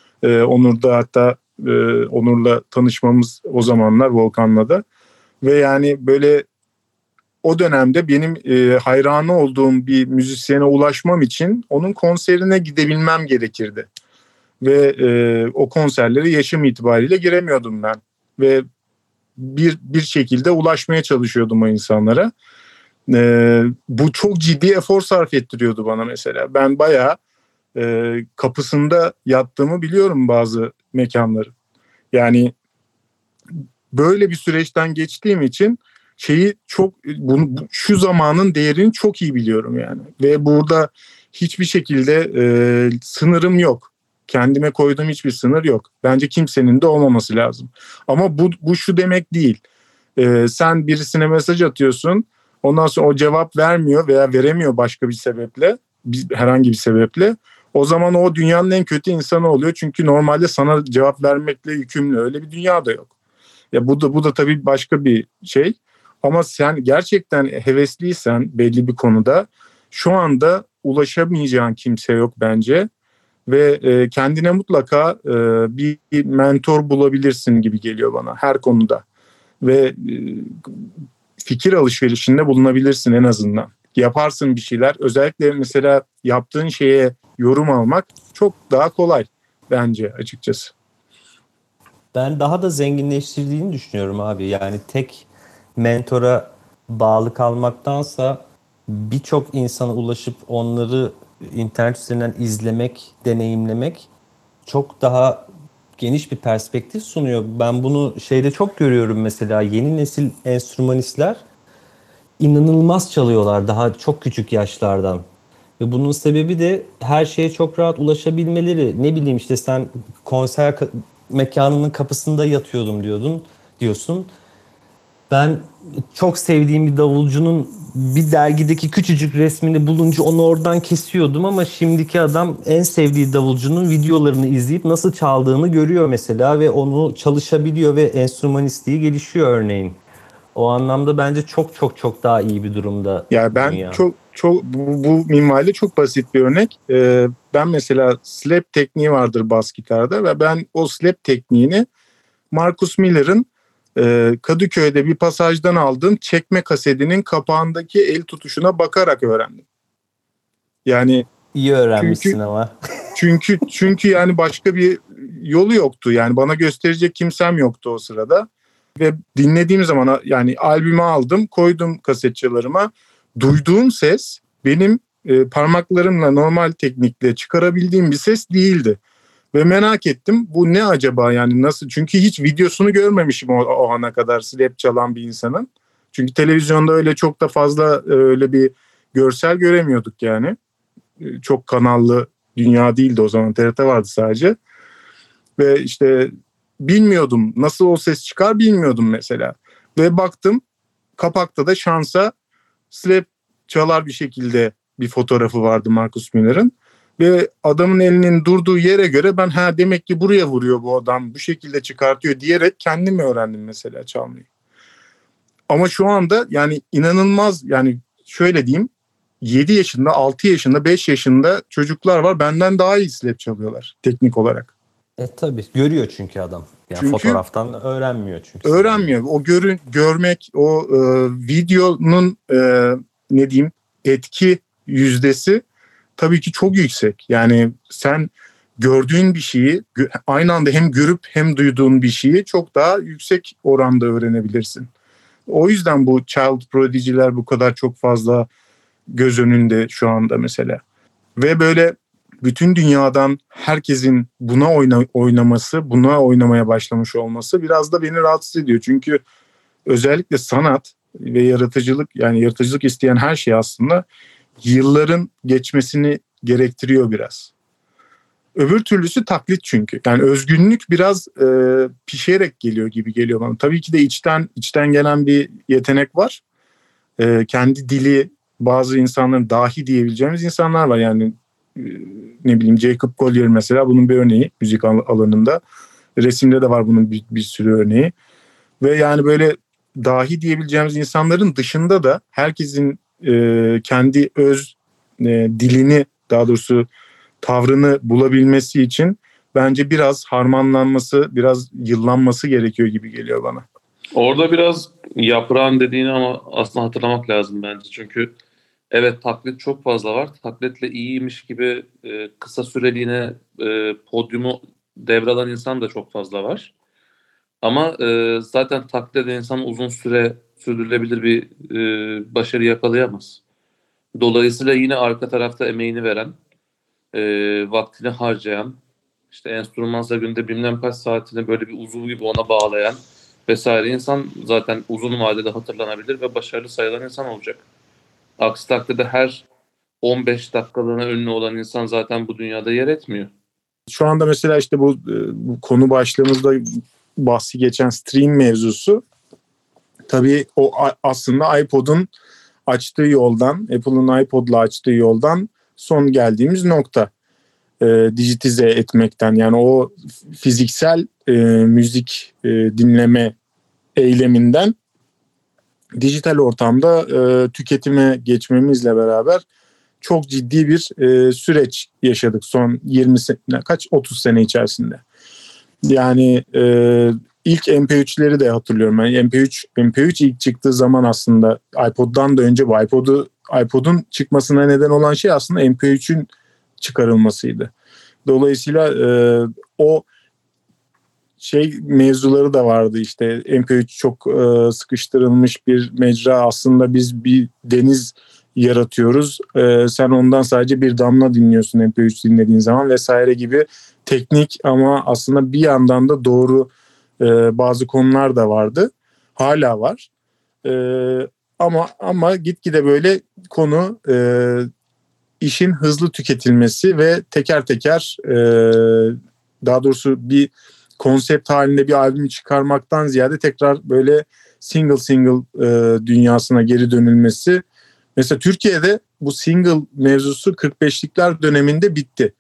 Onur'la tanışmamız o zamanlar Volkan'la da. Ve yani böyle o dönemde benim hayranı olduğum bir müzisyene ulaşmam için onun konserine gidebilmem gerekirdi. Ve o konserlere yaşım itibariyle giremiyordum ben. Ve bir şekilde ulaşmaya çalışıyordum o insanlara. Bu çok ciddi efor sarf ettiriyordu bana mesela. Ben bayağı kapısında yattığımı biliyorum bazı mekanların. Yani böyle bir süreçten geçtiğim için şu zamanın değerini çok iyi biliyorum yani. Ve burada hiçbir şekilde sınırım yok. Kendime koyduğum hiçbir sınır yok. Bence kimsenin de olmaması lazım. Ama bu şu demek değil. Sen birisine mesaj atıyorsun. Ondan sonra o cevap vermiyor veya veremiyor başka bir sebeple. Herhangi bir sebeple. O zaman o dünyanın en kötü insanı oluyor. Çünkü normalde sana cevap vermekle yükümlü. Öyle bir dünya da yok. Ya bu da tabii başka bir şey. Ama sen gerçekten hevesliysen belli bir konuda şu anda ulaşamayacağın kimse yok bence. Ve kendine mutlaka bir mentor bulabilirsin gibi geliyor bana her konuda. Ve fikir alışverişinde bulunabilirsin en azından. Yaparsın bir şeyler. Özellikle mesela yaptığın şeye yorum almak çok daha kolay bence açıkçası. Ben daha da zenginleştirdiğini düşünüyorum abi. Yani tek mentora bağlı kalmaktansa birçok insana ulaşıp onları internet üzerinden izlemek, deneyimlemek çok daha geniş bir perspektif sunuyor. Ben bunu şeyde çok görüyorum mesela, yeni nesil enstrümanistler inanılmaz çalıyorlar daha çok küçük yaşlardan. Ve bunun sebebi de her şeye çok rahat ulaşabilmeleri. Ne bileyim işte sen konser mekanının kapısında yatıyordum diyorsun. Ben çok sevdiğim bir davulcunun bir dergideki küçücük resmini bulunca onu oradan kesiyordum ama şimdiki adam en sevdiği davulcunun videolarını izleyip nasıl çaldığını görüyor mesela ve onu çalışabiliyor ve enstrümanistliği gelişiyor örneğin. O anlamda bence çok çok çok daha iyi bir durumda Ya ben dünya. çok bu minvalde çok basit bir örnek. Ben mesela slap tekniği vardır bas gitarda ve ben o slap tekniğini Marcus Miller'ın Kadıköy'de bir pasajdan aldığım çekme kasetinin kapağındaki el tutuşuna bakarak öğrendim. Yani İyi öğrenmişsin çünkü ama. çünkü yani başka bir yolu yoktu. Yani bana gösterecek kimsem yoktu o sırada. Ve dinlediğim zaman yani albümü aldım, koydum kasetçalarıma. Duyduğum ses benim parmaklarımla normal teknikle çıkarabildiğim bir ses değildi. Ve merak ettim bu ne acaba yani nasıl? Çünkü hiç videosunu görmemişim o ana kadar slap çalan bir insanın. Çünkü televizyonda öyle çok da fazla öyle bir görsel göremiyorduk yani. Çok kanallı dünya değildi o zaman, TRT vardı sadece. Ve işte bilmiyordum nasıl o ses çıkar bilmiyordum mesela. Ve baktım kapakta da şansa slap çalar bir şekilde bir fotoğrafı vardı Marcus Miller'ın. Ve adamın elinin durduğu yere göre ben demek ki buraya vuruyor bu adam, bu şekilde çıkartıyor diyerek kendim öğrendim mesela çalmayı. Ama şu anda yani inanılmaz, yani şöyle diyeyim, 7 yaşında, 6 yaşında, 5 yaşında çocuklar var benden daha iyi slap çalıyorlar teknik olarak. Tabii görüyor çünkü adam. Yani Çünkü fotoğraftan öğrenmiyor çünkü. öğrenmiyor. O görmek, o videonun ne diyeyim etki yüzdesi tabii ki çok yüksek. Yani sen gördüğün bir şeyi aynı anda hem görüp hem duyduğun bir şeyi çok daha yüksek oranda öğrenebilirsin. O yüzden bu child prodigy'ler bu kadar çok fazla göz önünde şu anda mesela. Ve böyle bütün dünyadan herkesin buna oynaması, buna oynamaya başlamış olması biraz da beni rahatsız ediyor. Çünkü özellikle sanat ve yaratıcılık, yani yaratıcılık isteyen her şey aslında yılların geçmesini gerektiriyor biraz. Öbür türlüsü taklit çünkü. Yani özgünlük biraz pişerek geliyor gibi geliyor bana. Tabii ki de içten gelen bir yetenek var. Kendi dili, bazı insanların dahi diyebileceğimiz insanlar var. Yani ne bileyim Jacob Collier mesela bunun bir örneği müzik alanında. Resimde de var bunun bir sürü örneği. Ve yani böyle dahi diyebileceğimiz insanların dışında da herkesin kendi öz dilini, daha doğrusu tavrını bulabilmesi için bence biraz harmanlanması, biraz yıllanması gerekiyor gibi geliyor bana. Orada biraz yaprağın dediğini ama aslında hatırlamak lazım bence. Çünkü evet taklit çok fazla var. Taklitle iyiymiş gibi kısa süreliğine podyumu devralan insan da çok fazla var. Ama zaten taklit eden insan uzun süre sürdürülebilir bir başarı yakalayamaz. Dolayısıyla yine arka tarafta emeğini veren, vaktini harcayan, işte enstrümansa günde bilmem kaç saatini böyle bir uzuv gibi ona bağlayan vesaire insan zaten uzun vadede hatırlanabilir ve başarılı sayılan insan olacak. Aksi takdirde her 15 dakikalığına ünlü olan insan zaten bu dünyada yer etmiyor. Şu anda mesela işte bu konu başlığımızda bahsi geçen stream mevzusu, tabii o aslında iPod'un açtığı yoldan, Apple'ın iPod'la açtığı yoldan son geldiğimiz nokta. Dijitize etmekten, yani o fiziksel müzik dinleme eyleminden dijital ortamda tüketime geçmemizle beraber çok ciddi bir süreç yaşadık son 30 sene içerisinde. Yani ilk MP3'leri de hatırlıyorum. Yani MP3 ilk çıktığı zaman aslında iPod'dan da önce bu iPod'un çıkmasına neden olan şey aslında MP3'ün çıkarılmasıydı. Dolayısıyla o mevzuları da vardı, işte MP3 çok sıkıştırılmış bir mecra, aslında biz bir deniz yaratıyoruz, sen ondan sadece bir damla dinliyorsun MP3 dinlediğin zaman vesaire gibi teknik ama aslında bir yandan da doğru bazı konular da vardı, hala var, ama gitgide böyle konu işin hızlı tüketilmesi ve teker teker daha doğrusu bir konsept halinde bir albüm çıkarmaktan ziyade tekrar böyle single dünyasına geri dönülmesi. Mesela Türkiye'de bu single mevzusu 45'likler döneminde bitti.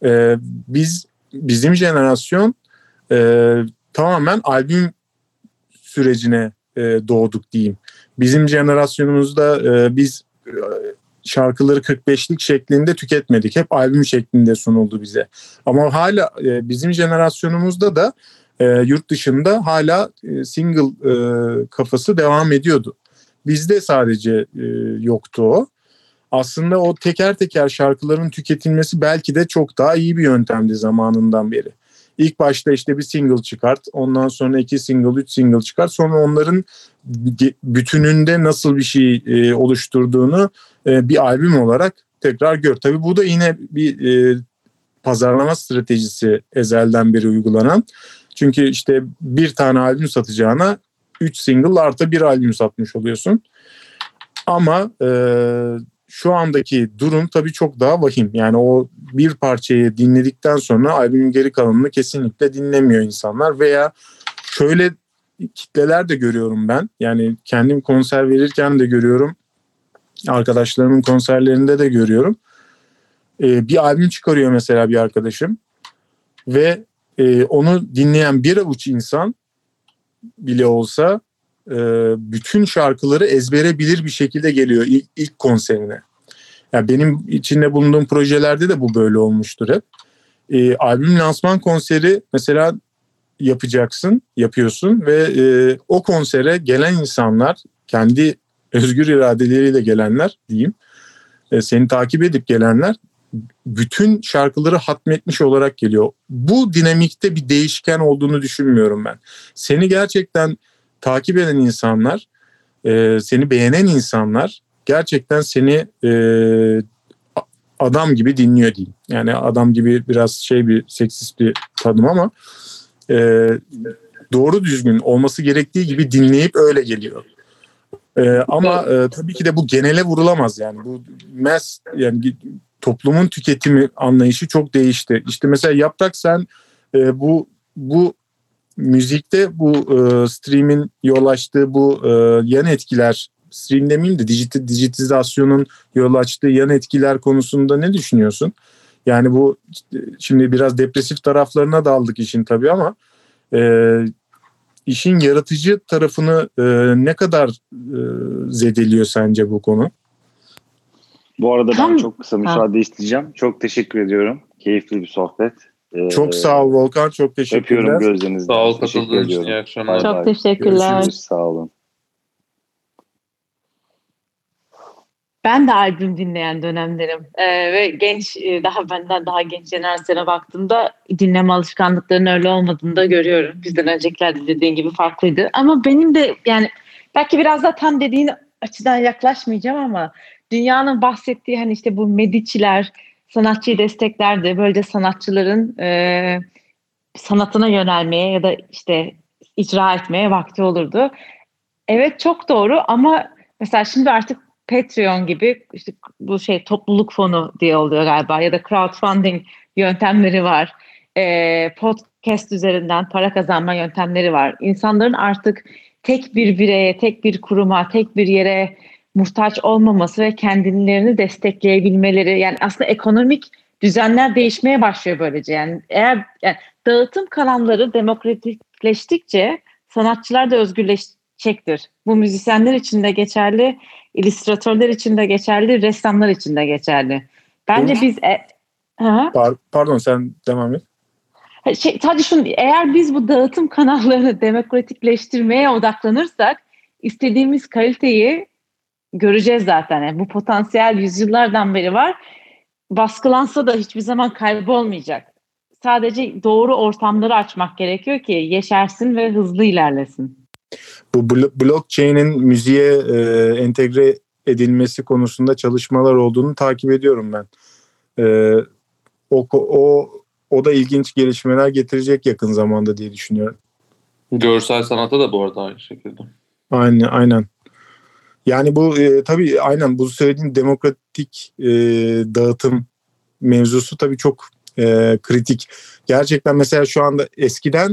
Bizim jenerasyon tamamen albüm sürecine doğduk diyeyim. Bizim jenerasyonumuzda biz şarkıları 45'lik şeklinde tüketmedik. Hep albüm şeklinde sunuldu bize. Ama hala bizim jenerasyonumuzda da yurt dışında hala single kafası devam ediyordu. Bizde sadece yoktu o. Aslında o teker teker şarkıların tüketilmesi belki de çok daha iyi bir yöntemdi zamanından beri. İlk başta işte bir single çıkart, ondan sonra 2 single, 3 single çıkart. Sonra onların bütününde nasıl bir şey oluşturduğunu bir albüm olarak tekrar gör. Tabii bu da yine bir pazarlama stratejisi ezelden beri uygulanan. Çünkü işte bir tane albüm satacağına 3 single artı bir albüm satmış oluyorsun. Ama şu andaki durum tabii çok daha vahim. Yani o bir parçayı dinledikten sonra albümün geri kalanını kesinlikle dinlemiyor insanlar. Veya şöyle kitleler de görüyorum ben. Yani kendim konser verirken de görüyorum. Arkadaşlarımın konserlerinde de görüyorum. Bir albüm çıkarıyor mesela bir arkadaşım. Ve onu dinleyen bir avuç insan bile olsa bütün şarkıları ezbere bilir bir şekilde geliyor ilk konserine. Yani benim içinde bulunduğum projelerde de bu böyle olmuştur hep. Albüm lansman konseri mesela yapıyorsun ve o konsere gelen insanlar, kendi özgür iradeleriyle gelenler diyeyim, seni takip edip gelenler bütün şarkıları hatmetmiş olarak geliyor. Bu dinamikte bir değişken olduğunu düşünmüyorum ben. Seni gerçekten takip eden insanlar, seni beğenen insanlar gerçekten seni adam gibi dinliyor diyeyim. Yani adam gibi biraz bir seksist bir tadım ama doğru düzgün olması gerektiği gibi dinleyip öyle geliyor. Ama tabii ki de bu genele vurulamaz yani. Bu yani toplumun tüketimi anlayışı çok değişti. İşte mesela Yaprak, sen bu müzikte bu stream'in yol açtığı bu yan etkiler, stream demeyeyim de dijitizasyonun yol açtığı yan etkiler konusunda ne düşünüyorsun? Yani bu şimdi biraz depresif taraflarına daldık işin tabii ama işin yaratıcı tarafını ne kadar zedeliyor sence bu konu? Bu arada ben çok kısa müsaade isteyeceğim. Çok teşekkür ediyorum. Keyifli bir sohbet. Çok sağ ol Volkan. Çok teşekkürler. Öpüyorum gözlerinizden. Sağ ol katıldığınız için. İyi akşamlar. Çok teşekkürler. Görüşürüz. Sağ olun. Ben de albüm dinleyen dönemlerim ve genç, benden daha genç jenerasyona baktığımda dinleme alışkanlıklarının öyle olmadığını da görüyorum. Bizden öncekiler de dediğin gibi farklıydı. Ama benim de yani belki biraz da tam dediğin açıdan yaklaşmayacağım ama dünyanın bahsettiği hani işte bu Medici'ler, sanatçıyı desteklerdi. Böylece sanatçıların sanatına yönelmeye ya da işte icra etmeye vakti olurdu. Evet, çok doğru ama mesela şimdi artık Patreon gibi işte bu topluluk fonu diye oluyor galiba ya da crowdfunding yöntemleri var. podcast üzerinden para kazanma yöntemleri var. İnsanların artık tek bir bireye, tek bir kuruma, tek bir yere muhtaç olmaması ve kendilerini destekleyebilmeleri, yani aslında ekonomik düzenler değişmeye başlıyor böylece. Yani eğer dağıtım kanalları demokratikleştikçe sanatçılar da özgürleşecektir. Bu müzisyenler için de geçerli, illüstratörler için de geçerli, ressamlar için de geçerli. Bence biz Pardon, sen devam et. Sadece şunu, eğer biz bu dağıtım kanallarını demokratikleştirmeye odaklanırsak istediğimiz kaliteyi göreceğiz zaten. Yani bu potansiyel yüzyıllardan beri var. Baskılansa da hiçbir zaman kaybolmayacak. Sadece doğru ortamları açmak gerekiyor ki yeşersin ve hızlı ilerlesin. Bu blockchain'in müziğe entegre edilmesi konusunda çalışmalar olduğunu takip ediyorum ben. O da ilginç gelişmeler getirecek yakın zamanda diye düşünüyorum. Görsel sanata da bu arada aynı şekilde. Aynen. Yani bu tabii aynen bu söylediğin demokratik dağıtım mevzusu tabii çok kritik. Gerçekten mesela şu anda eskiden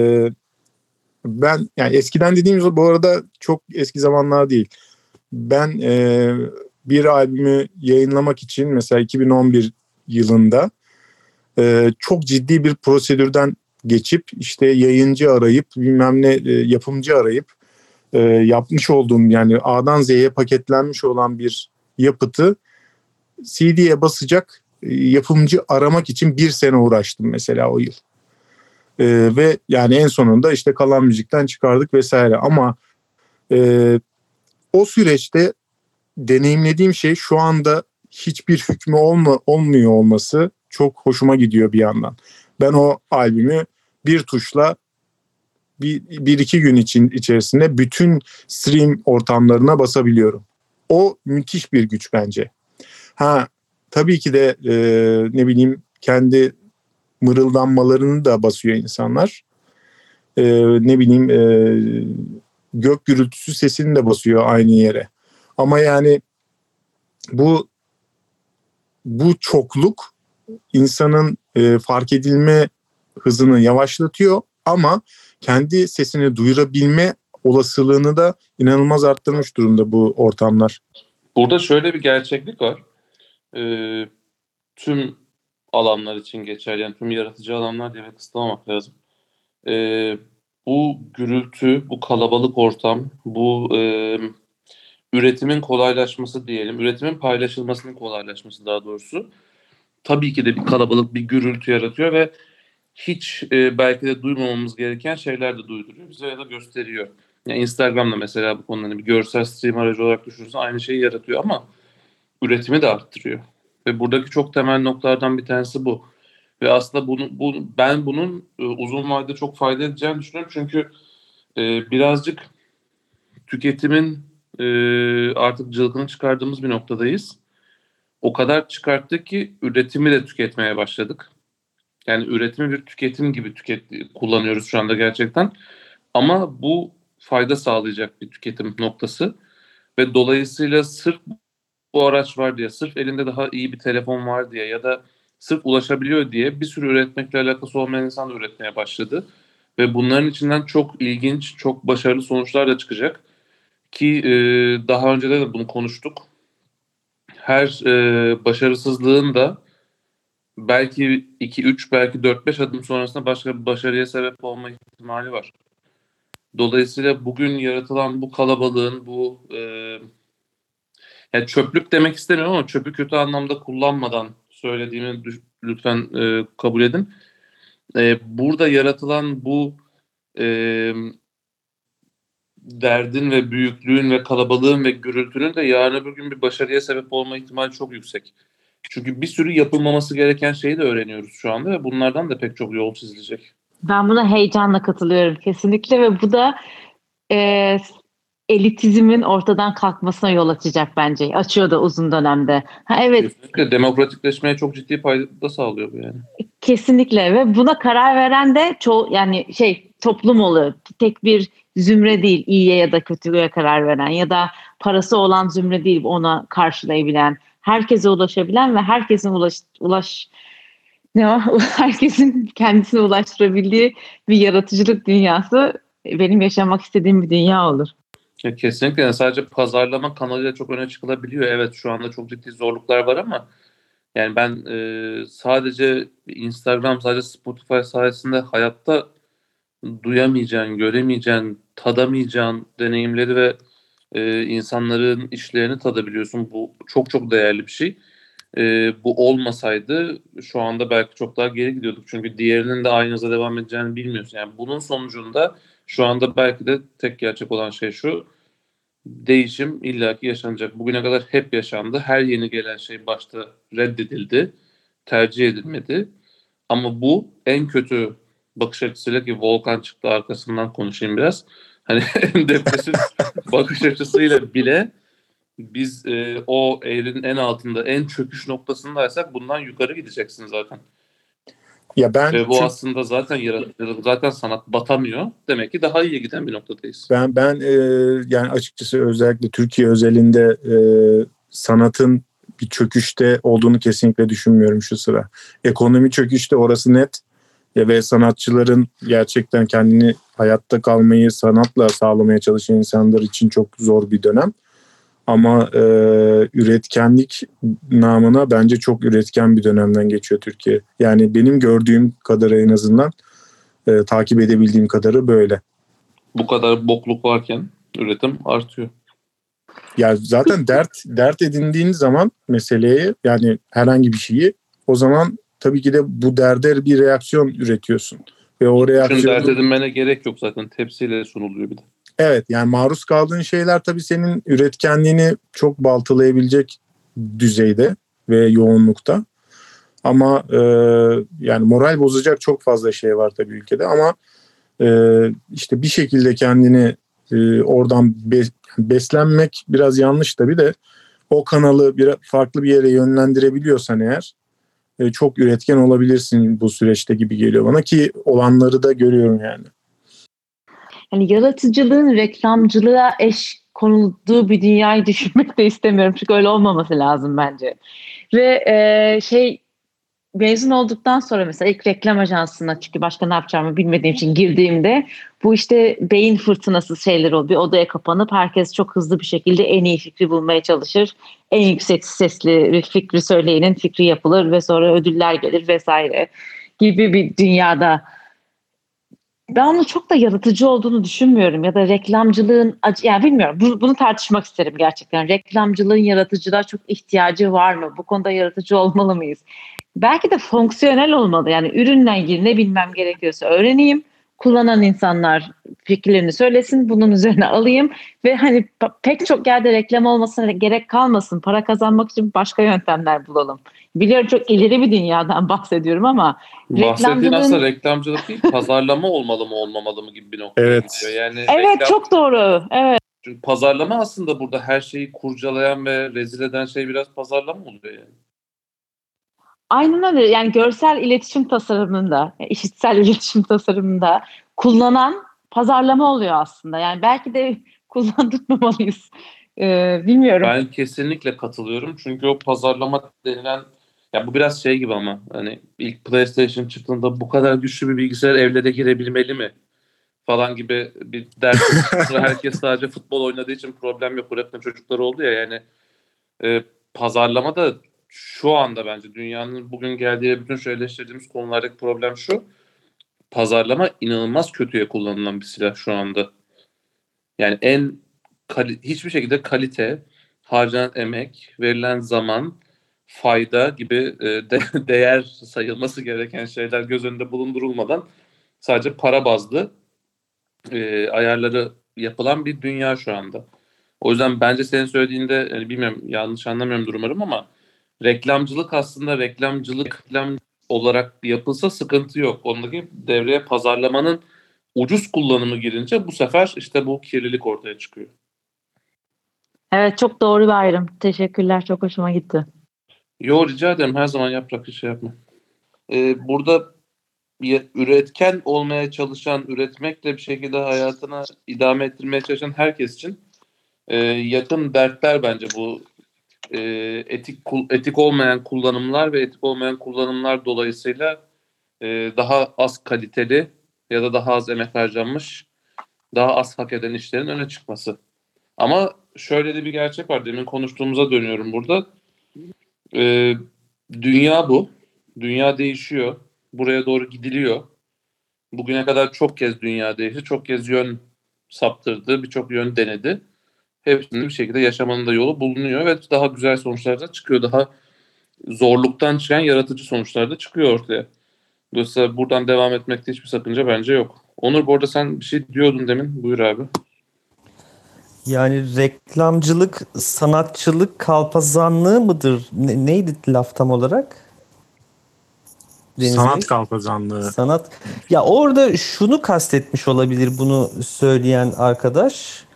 ben, yani eskiden dediğimiz bu arada çok eski zamanlar değil. Ben bir albümü yayınlamak için mesela 2011 yılında çok ciddi bir prosedürden geçip işte yayıncı arayıp bilmem ne yapımcı arayıp yapmış olduğum, yani A'dan Z'ye paketlenmiş olan bir yapıtı CD'ye basacak yapımcı aramak için 1 sene uğraştım mesela o yıl. Ve yani en sonunda işte Kalan Müzik'ten çıkardık vesaire, ama o süreçte deneyimlediğim şey şu anda hiçbir hükmü olmuyor olması çok hoşuma gidiyor bir yandan. Ben o albümü bir tuşla bir iki gün içerisinde bütün stream ortamlarına basabiliyorum. O müthiş bir güç bence. Tabii ki de ne bileyim kendi mırıldanmalarını da basıyor insanlar. Ne bileyim gök gürültüsü sesini de basıyor aynı yere. Ama yani bu çokluk insanın fark edilme hızını yavaşlatıyor, ama kendi sesini duyurabilme olasılığını da inanılmaz arttırmış durumda bu ortamlar. Burada şöyle bir gerçeklik var. Tüm alanlar için geçerli, yani tüm yaratıcı alanlar diye kısıtlamamak lazım. Bu gürültü, bu kalabalık ortam, bu üretimin kolaylaşması diyelim, üretimin paylaşılmasının kolaylaşması daha doğrusu. Tabii ki de bir kalabalık, bir gürültü yaratıyor ve hiç belki de duymamamız gereken şeyler de duyduruyor bize ya da gösteriyor. Yani Instagram'da mesela bu konuda bir görsel stream aracı olarak düşünürsen aynı şeyi yaratıyor ama üretimi de arttırıyor. Ve buradaki çok temel noktalardan bir tanesi bu. Ve aslında ben bunun uzun vadede çok fayda edeceğini düşünüyorum. Çünkü birazcık tüketimin artık cılkını çıkardığımız bir noktadayız. O kadar çıkarttık ki üretimi de tüketmeye başladık. Yani üretimi bir tüketim gibi kullanıyoruz şu anda gerçekten. Ama bu fayda sağlayacak bir tüketim noktası. Ve dolayısıyla sırf bu araç var diye, sırf elinde daha iyi bir telefon var diye ya da sırf ulaşabiliyor diye bir sürü üretmekle alakası olmayan insan da üretmeye başladı. Ve bunların içinden çok ilginç, çok başarılı sonuçlar da çıkacak. Ki daha önce de bunu konuştuk. Her başarısızlığın da belki 2-3, belki 4-5 adım sonrasında başka bir başarıya sebep olma ihtimali var. Dolayısıyla bugün yaratılan bu kalabalığın, bu yani çöplük demek istemiyorum ama çöpü kötü anlamda kullanmadan söylediğimi lütfen kabul edin. Burada yaratılan bu derdin ve büyüklüğün ve kalabalığın ve gürültünün de yarın öbür gün bir başarıya sebep olma ihtimali çok yüksek. Çünkü bir sürü yapılmaması gereken şeyi de öğreniyoruz şu anda ve bunlardan da pek çok yol çizilecek. Ben buna heyecanla katılıyorum kesinlikle ve bu da elitizmin ortadan kalkmasına yol açacak bence. Açıyor da uzun dönemde. Evet. Kesinlikle demokratikleşmeye çok ciddi fayda sağlıyor bu yani. Kesinlikle ve buna karar veren de yani toplum oluyor. Tek bir zümre değil, iyiye ya da kötüye karar veren ya da parası olan zümre değil, ona karşılayabilen, herkese ulaşabilen ve herkesin ne o? Herkesin kendisine ulaştırabildiği bir yaratıcılık dünyası benim yaşamak istediğim bir dünya olur. Ya kesinlikle, yani sadece pazarlama kanalıyla çok öne çıkılabiliyor. Evet, şu anda çok ciddi zorluklar var ama yani ben sadece Instagram, sadece Spotify sayesinde hayatta duyamayacağın, göremeyeceğin, tadamayacağın deneyimleri ve insanların işlerini tadabiliyorsun. Bu çok çok değerli bir şey. Bu olmasaydı şu anda belki çok daha geri gidiyorduk. Çünkü diğerinin de aynı hızla devam edeceğini bilmiyorsun. Yani bunun sonucunda şu anda belki de tek gerçek olan şey şu: değişim illaki yaşanacak. Bugüne kadar hep yaşandı. Her yeni gelen şey başta reddedildi, tercih edilmedi. Ama bu en kötü bakış açısıyla, ki Volkan çıktı arkasından konuşayım biraz. Hani en depresif bakış açısıyla bile biz o eğrinin en altında, en çöküş noktasındaysak bundan yukarı gideceksin zaten. Ya ben Ve bu aslında zaten yaratıcılık, zaten sanat batamıyor. Demek ki daha iyiye giden bir noktadayız. ben yani açıkçası özellikle Türkiye özelinde sanatın bir çöküşte olduğunu kesinlikle düşünmüyorum şu sıra. Ekonomi çöküşte, orası net. Ve sanatçıların gerçekten kendini hayatta kalmayı sanatla sağlamaya çalışan insanlar için çok zor bir dönem. Ama üretkenlik namına bence çok üretken bir dönemden geçiyor Türkiye. Yani benim gördüğüm kadarı, en azından takip edebildiğim kadarı böyle. Bu kadar bokluk varken üretim artıyor. Ya zaten dert edindiğin zaman meseleye, yani herhangi bir şeyi, o zaman tabii ki de bu derde bir reaksiyon üretiyorsun. Ve o Düşün, dert reaksiyonu, edinmene gerek yok zaten. Tepsiyle sunuluyor bir de. evet, yani maruz kaldığın şeyler tabii senin üretkenliğini çok baltalayabilecek düzeyde ve yoğunlukta. Ama yani moral bozacak çok fazla şey var tabii ülkede, ama işte bir şekilde kendini oradan beslenmek biraz yanlış tabii de, o kanalı bir farklı bir yere yönlendirebiliyorsan eğer çok üretken olabilirsin bu süreçte gibi geliyor bana, ki olanları da görüyorum yani. Yani yaratıcılığın reklamcılığa eş konulduğu bir dünyayı düşünmek de istemiyorum. Çünkü öyle olmaması lazım bence. Ve mezun olduktan sonra mesela ilk reklam ajansına, çünkü başka ne yapacağımı bilmediğim için girdiğimde, bu işte beyin fırtınası şeyler oluyor. Bir odaya kapanıp herkes çok hızlı bir şekilde en iyi fikri bulmaya çalışır. En yüksek sesli fikri söyleyenin fikri yapılır ve sonra ödüller gelir vesaire gibi bir dünyada. Ben onun çok da yaratıcı olduğunu düşünmüyorum, ya da reklamcılığın yani bilmiyorum, bunu tartışmak isterim gerçekten. Reklamcılığın yaratıcılığa çok ihtiyacı var mı? Bu konuda yaratıcı olmalı mıyız? Belki de fonksiyonel olmalı. Yani üründen ilgili ne bilmem gerekiyorsa öğreneyim. Kullanan insanlar fikirlerini söylesin. Bunun üzerine alayım. Ve hani pek çok yerde reklam olmasına gerek kalmasın. Para kazanmak için başka yöntemler bulalım. Biliyorum çok ileri bir dünyadan bahsediyorum ama Bahsettiğin aslında reklamcılığın... reklamcılık değil, pazarlama olmalı mı olmamalı mı gibi bir noktaya Evet. gidiyor. Yani Evet, reklam, çok doğru. Evet. çünkü pazarlama aslında burada her şeyi kurcalayan ve rezil eden şey biraz pazarlama oluyor yani. Aynen öyle. Yani görsel iletişim tasarımında, işitsel iletişim tasarımında kullanan pazarlama oluyor aslında. Yani belki de kullandırmamalıyız. Bilmiyorum. Ben kesinlikle katılıyorum. Çünkü o pazarlama denilen, ya bu biraz şey gibi, ama hani ilk PlayStation çıktığında bu kadar güçlü bir bilgisayar evlere girebilmeli mi falan gibi bir dert. Herkes sadece futbol oynadığı için problem yok, bırakın çocuklar oldu ya yani. Pazarlama da şu anda bence dünyanın bugün geldiği bütün şu eleştirdiğimiz konulardaki problem şu: pazarlama inanılmaz kötüye kullanılan bir silah şu anda. Yani hiçbir şekilde kalite, harcanan emek, verilen zaman, fayda gibi değer sayılması gereken şeyler göz önünde bulundurulmadan sadece para bazlı ayarları yapılan bir dünya şu anda. O yüzden bence senin söylediğinde, yani bilmiyorum, yanlış anlamıyorum umarım, ama reklamcılık aslında reklam olarak yapılsa sıkıntı yok. Ondaki devreye pazarlamanın ucuz kullanımı girince bu sefer işte bu kirlilik ortaya çıkıyor. Evet, çok doğru bir ayrım. Teşekkürler. Çok hoşuma gitti. Yo, rica ederim, her zaman yaprak, hiç şey yapma. Burada üretken olmaya çalışan, üretmekle bir şekilde hayatını idame ettirmeye çalışan herkes için yakın dertler bence bu etik olmayan kullanımlar ve etik olmayan kullanımlar dolayısıyla daha az kaliteli ya da daha az emek harcanmış, daha az hak eden işlerin öne çıkması. Ama şöyle de bir gerçek var. Demin konuştuğumuza dönüyorum burada. Dünya bu. Dünya değişiyor. Buraya doğru gidiliyor. Bugüne kadar çok kez dünya değişti. Çok kez yön saptırdı. Birçok yön denedi. Hepsinin bir şekilde yaşamanın da yolu bulunuyor ve daha güzel sonuçlar da çıkıyor. Daha zorluktan çıkan yaratıcı sonuçlar da çıkıyor ortaya. Dolayısıyla buradan devam etmekte hiçbir sakınca bence yok. Onur, bu arada sen bir şey diyordun demin. Buyur abi. Yani reklamcılık, sanatçılık kalpazanlığı mıdır? Neydi laf tam olarak? Deniz Sanat Bey? kalpazanlığı. Sanat. Ya orada şunu kastetmiş olabilir bunu söyleyen arkadaş.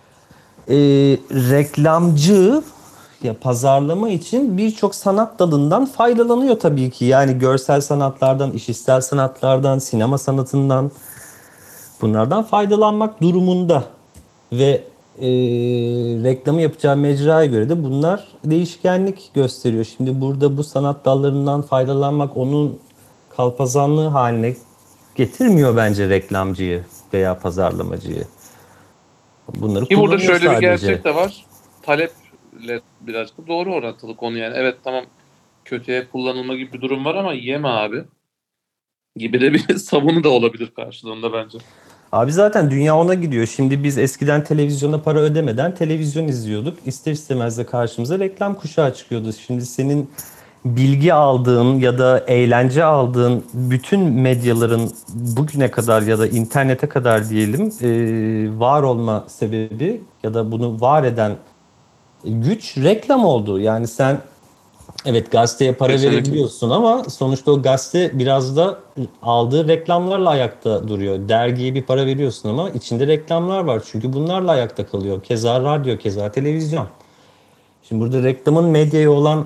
Reklamcı ya pazarlama için birçok sanat dalından faydalanıyor tabii ki. Yani görsel sanatlardan, işitsel sanatlardan, sinema sanatından bunlardan faydalanmak durumunda. Ve reklamı yapacağı mecraya göre de bunlar değişkenlik gösteriyor. Şimdi burada bu sanat dallarından faydalanmak onun kalpazanlığı haline getirmiyor bence reklamcıyı veya pazarlamacıyı. Bunları Ki burada kullanıyor şöyle bir sadece. gerçek de var. Taleple birazcık doğru orantılı konu yani. Evet, tamam, kötüye kullanılma gibi bir durum var ama yeme abi gibi de bir savunu da olabilir karşılığında bence. Abi zaten dünya ona gidiyor. Şimdi biz eskiden televizyona para ödemeden televizyon izliyorduk. İster istemez de karşımıza reklam kuşağı çıkıyordu. Şimdi senin bilgi aldığın ya da eğlence aldığın bütün medyaların bugüne kadar ya da internete kadar diyelim var olma sebebi ya da bunu var eden güç reklam oldu. Yani sen evet gazeteye para Kesinlikle verebiliyorsun ama sonuçta o gazete biraz da aldığı reklamlarla ayakta duruyor. Dergiye bir para veriyorsun ama içinde reklamlar var. Çünkü bunlarla ayakta kalıyor. Keza radyo, keza televizyon. Şimdi burada reklamın medyaya olan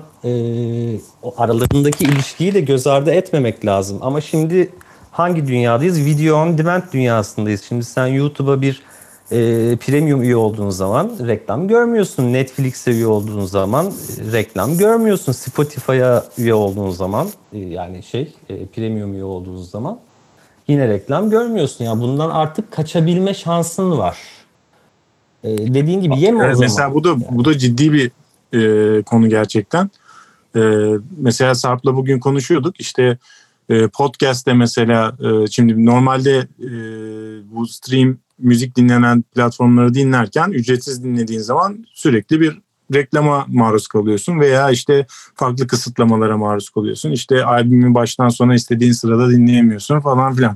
o aralarındaki ilişkiyi de göz ardı etmemek lazım. Ama şimdi hangi dünyadayız? Video on demand dünyasındayız. Şimdi sen YouTube'a bir premium üye olduğun zaman reklam görmüyorsun. Netflix'e üye olduğun zaman reklam görmüyorsun. Spotify'a üye olduğun zaman yani premium üye olduğun zaman yine reklam görmüyorsun. Yani bundan artık kaçabilme şansın var. Dediğin gibi yeme o Evet, zaman. mesela bu da ciddi bir konu gerçekten. Mesela Sarp'la bugün konuşuyorduk. İşte podcast'te mesela şimdi normalde bu stream müzik dinlenen platformları dinlerken ücretsiz dinlediğin zaman sürekli bir reklama maruz kalıyorsun veya işte farklı kısıtlamalara maruz kalıyorsun. İşte albümü baştan sona istediğin sırada dinleyemiyorsun falan filan.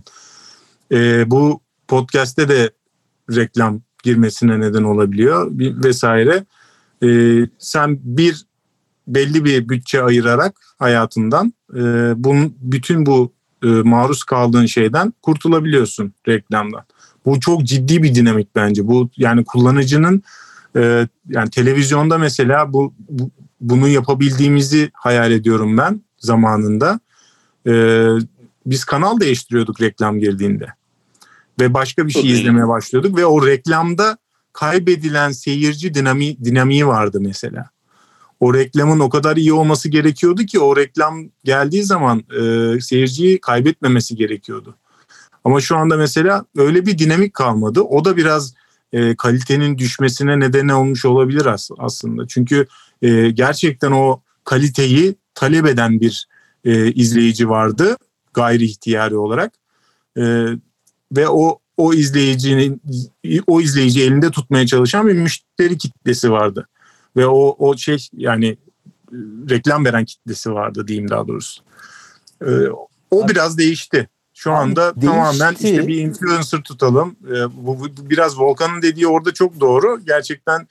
Bu podcast'te de reklam girmesine neden olabiliyor vesaire. Sen belli bir bütçe ayırarak hayatından bütün bu maruz kaldığın şeyden kurtulabiliyorsun reklamdan. Bu çok ciddi bir dinamik bence. Bu yani kullanıcının yani televizyonda mesela bunu yapabildiğimizi hayal ediyorum ben zamanında. Biz kanal değiştiriyorduk reklam girdiğinde. Ve başka bir şey izlemeye başlıyorduk ve o reklamda kaybedilen seyirci dinamiği vardı mesela. O reklamın o kadar iyi olması gerekiyordu ki o reklam geldiği zaman seyirciyi kaybetmemesi gerekiyordu. Ama şu anda mesela öyle bir dinamik kalmadı. O da biraz kalitenin düşmesine neden olmuş olabilir aslında. Çünkü gerçekten o kaliteyi talep eden bir izleyici vardı gayri ihtiyari olarak. Ve o izleyici elinde tutmaya çalışan bir müşteri kitlesi vardı. Ve o yani reklam veren kitlesi vardı diyeyim daha doğrusu. O biraz değişti. Şu anda tamamen işte bir influencer tutalım. Bu biraz Volkan'ın dediği orada çok doğru. Gerçekten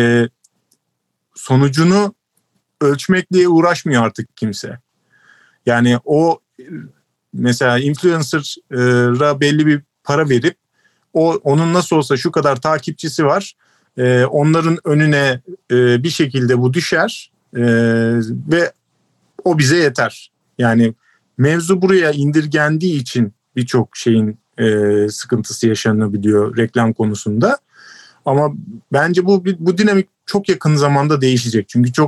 sonucunu ölçmekle uğraşmıyor artık kimse. Yani o mesela influencer'a belli bir para verip onun nasıl olsa şu kadar takipçisi var. Onların önüne bir şekilde bu düşer ve o bize yeter. Yani mevzu buraya indirgendiği için birçok şeyin sıkıntısı yaşanabiliyor reklam konusunda. Ama bence bu dinamik çok yakın zamanda değişecek. Çünkü çok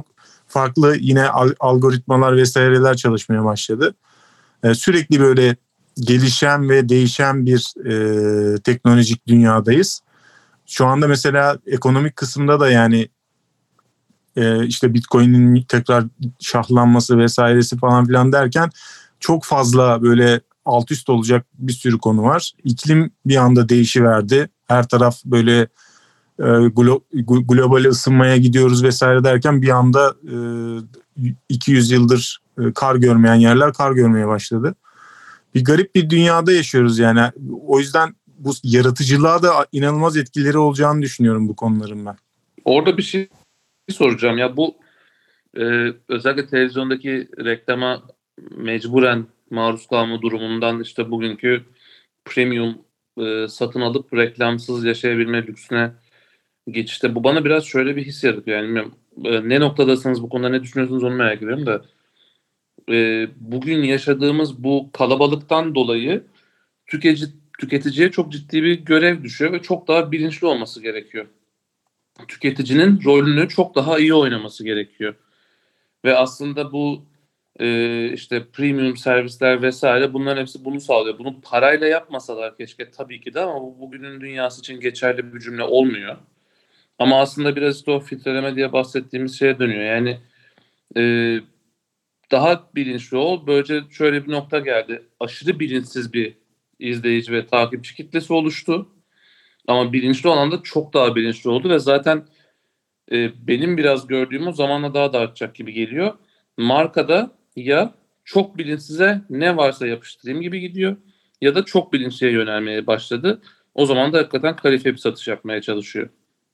farklı yine algoritmalar vesaireler çalışmaya başladı. Sürekli böyle gelişen ve değişen bir teknolojik dünyadayız. Şu anda mesela ekonomik kısımda da yani işte Bitcoin'in tekrar şahlanması vesairesi falan filan derken çok fazla böyle alt üst olacak bir sürü konu var. İklim bir anda değişiverdi. Her taraf böyle global ısınmaya gidiyoruz vesaire derken bir anda 200 yıldır kar görmeyen yerler kar görmeye başladı. Bir garip bir dünyada yaşıyoruz yani. O yüzden bu yaratıcılığa da inanılmaz etkileri olacağını düşünüyorum bu konuların ben. Orada bir şey soracağım ya, bu özellikle televizyondaki reklama mecburen maruz kalma durumundan işte bugünkü premium satın alıp reklamsız yaşayabilme lüksüne geçişte bu bana biraz şöyle bir his yaratıyor. Yani bilmiyorum, ne noktadasınız bu konuda, ne düşünüyorsunuz onu merak ediyorum da bugün yaşadığımız bu kalabalıktan dolayı tüketiciye çok ciddi bir görev düşüyor ve çok daha bilinçli olması gerekiyor. Tüketicinin rolünü çok daha iyi oynaması gerekiyor. Ve aslında bu işte premium servisler vesaire, bunların hepsi bunu sağlıyor. Bunu parayla yapmasalar keşke tabii ki de, ama bu bugünün dünyası için geçerli bir cümle olmuyor. Ama aslında biraz işte o filtreleme diye bahsettiğimiz şeye dönüyor. Yani e, daha bilinçli ol. Böylece şöyle bir nokta geldi. Aşırı bilinçsiz bir izleyici ve takipçi kitlesi oluştu. Ama bilinçli olan da çok daha bilinçli oldu ve zaten benim biraz gördüğüm o zamanla daha da artacak gibi geliyor. Markada ya çok bilinçsize ne varsa yapıştırayım gibi gidiyor ya da çok bilinçliye yönelmeye başladı. O zaman da hakikaten kalifiye bir satış yapmaya çalışıyor.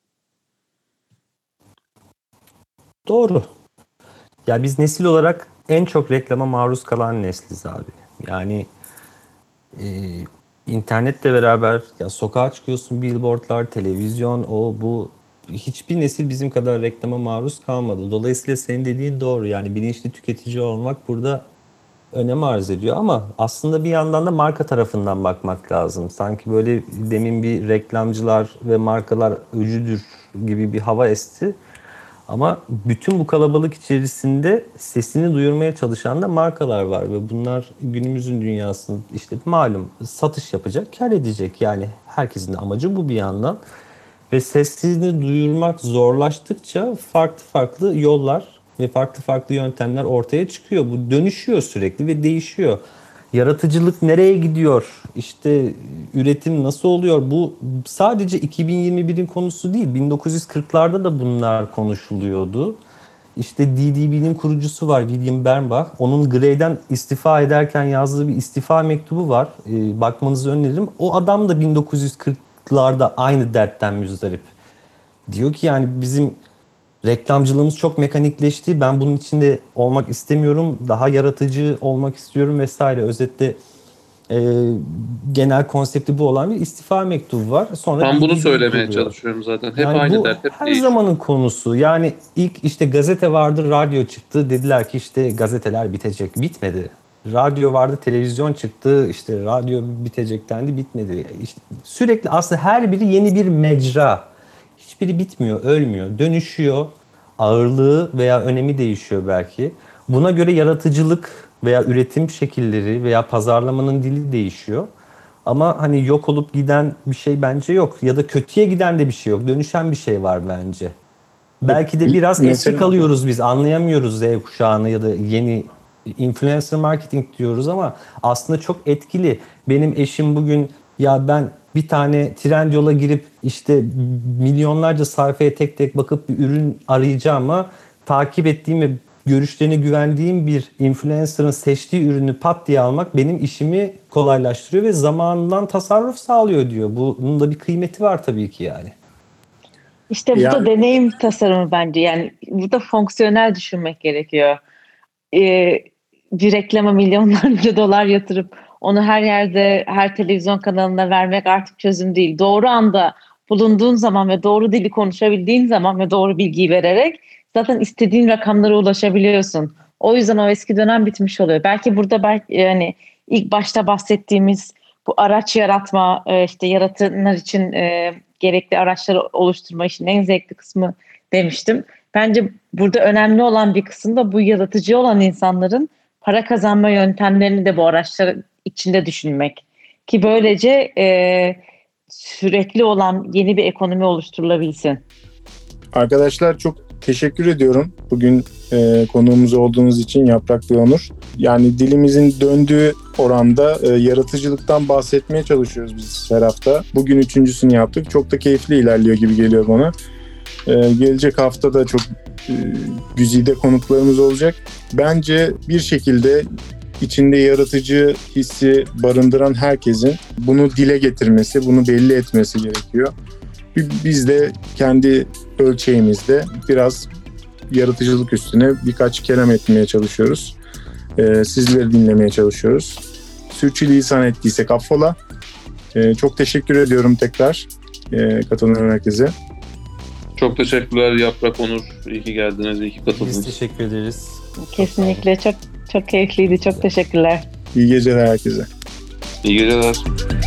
Doğru. Ya biz nesil olarak en çok reklama maruz kalan nesliz abi. Yani internetle beraber ya sokağa çıkıyorsun, billboardlar, televizyon, o bu, hiçbir nesil bizim kadar reklama maruz kalmadı. Dolayısıyla senin dediğin doğru. Yani bilinçli tüketici olmak burada önem arz ediyor ama aslında bir yandan da marka tarafından bakmak lazım. Sanki böyle demin bir reklamcılar ve markalar öcüdür gibi bir hava esti. Ama bütün bu kalabalık içerisinde sesini duyurmaya çalışan da markalar var ve bunlar günümüzün dünyasında işte malum satış yapacak, kar edecek. Yani herkesin de amacı bu bir yandan. Ve sesini duyurmak zorlaştıkça farklı farklı yollar ve farklı farklı yöntemler ortaya çıkıyor. Bu dönüşüyor sürekli ve değişiyor. Yaratıcılık nereye gidiyor? İşte üretim nasıl oluyor? Bu sadece 2021'in konusu değil. 1940'larda da bunlar konuşuluyordu. İşte DDB'nin kurucusu var, William Bernbach. Onun Grey'den istifa ederken yazdığı bir istifa mektubu var. Bakmanızı öneririm. O adam da 1940'larda aynı dertten müzdarip. Diyor ki yani bizim reklamcılığımız çok mekanikleşti. Ben bunun içinde olmak istemiyorum. Daha yaratıcı olmak istiyorum vesaire. Özetle genel konsepti bu olan bir istifa mektubu var. Sonra Ben bunu DDB söylemeye kuruyor. çalışıyorum zaten. Hep Yani aynı bu dert, hep her değişiyor. zamanın konusu. Yani ilk işte gazete vardı, radyo çıktı. Dediler ki işte gazeteler bitecek. Bitmedi. Radyo vardı, televizyon çıktı. İşte radyo bitecek dendi, bitmedi. İşte sürekli aslında her biri yeni bir mecra. Hiçbiri bitmiyor, ölmüyor, dönüşüyor. Ağırlığı veya önemi değişiyor belki. Buna göre yaratıcılık veya üretim şekilleri veya pazarlamanın dili değişiyor. Ama hani yok olup giden bir şey bence yok. Ya da kötüye giden de bir şey yok. Dönüşen bir şey var bence. Belki de biraz eski kalıyoruz biz. Anlayamıyoruz Z kuşağını ya da yeni influencer marketing diyoruz ama aslında çok etkili. Benim eşim bugün ya ben bir tane Trendyol'a girip işte milyonlarca sayfaya tek tek bakıp bir ürün arayacağıma takip ettiğim ve görüşlerine güvendiğim bir influencer'ın seçtiği ürünü pat diye almak benim işimi kolaylaştırıyor ve zamanından tasarruf sağlıyor diyor. Bunun da bir kıymeti var tabii ki yani. İşte bu da deneyim tasarımı bence. Yani burada fonksiyonel düşünmek gerekiyor. Bir reklama milyonlarca dolar yatırıp onu her yerde, her televizyon kanalına vermek artık çözüm değil. Doğru anda bulunduğun zaman ve doğru dili konuşabildiğin zaman ve doğru bilgiyi vererek zaten istediğin rakamlara ulaşabiliyorsun. O yüzden o eski dönem bitmiş oluyor. Belki burada yani ilk başta bahsettiğimiz bu araç yaratma, işte yaratıcılar için gerekli araçları oluşturma işinin en zevkli kısmı demiştim. Bence burada önemli olan bir kısım da bu yaratıcı olan insanların para kazanma yöntemlerini de bu araçlar içinde düşünmek. Ki böylece sürekli olan yeni bir ekonomi oluşturulabilsin. Arkadaşlar çok teşekkür ediyorum. Bugün konuğumuz olduğunuz için Yaprak ve Onur. Yani dilimizin döndüğü oranda yaratıcılıktan bahsetmeye çalışıyoruz biz her hafta. Bugün 3.'sünü yaptık. Çok da keyifli ilerliyor gibi geliyor bana. Gelecek hafta da çok güzide konuklarımız olacak. Bence bir şekilde içinde yaratıcı hissi barındıran herkesin bunu dile getirmesi, bunu belli etmesi gerekiyor. Biz de kendi ölçeğimizde biraz yaratıcılık üstüne birkaç kelam etmeye çalışıyoruz. Sizleri dinlemeye çalışıyoruz. Sürçülisan ettiysek affola. Çok teşekkür ediyorum tekrar katılan herkese. Çok teşekkürler Yaprak, Onur. İyi ki geldiniz, iyi ki katıldınız. Biz teşekkür ederiz. Kesinlikle çok çok keyifliydi. Çok teşekkürler. İyi geceler herkese. İyi geceler.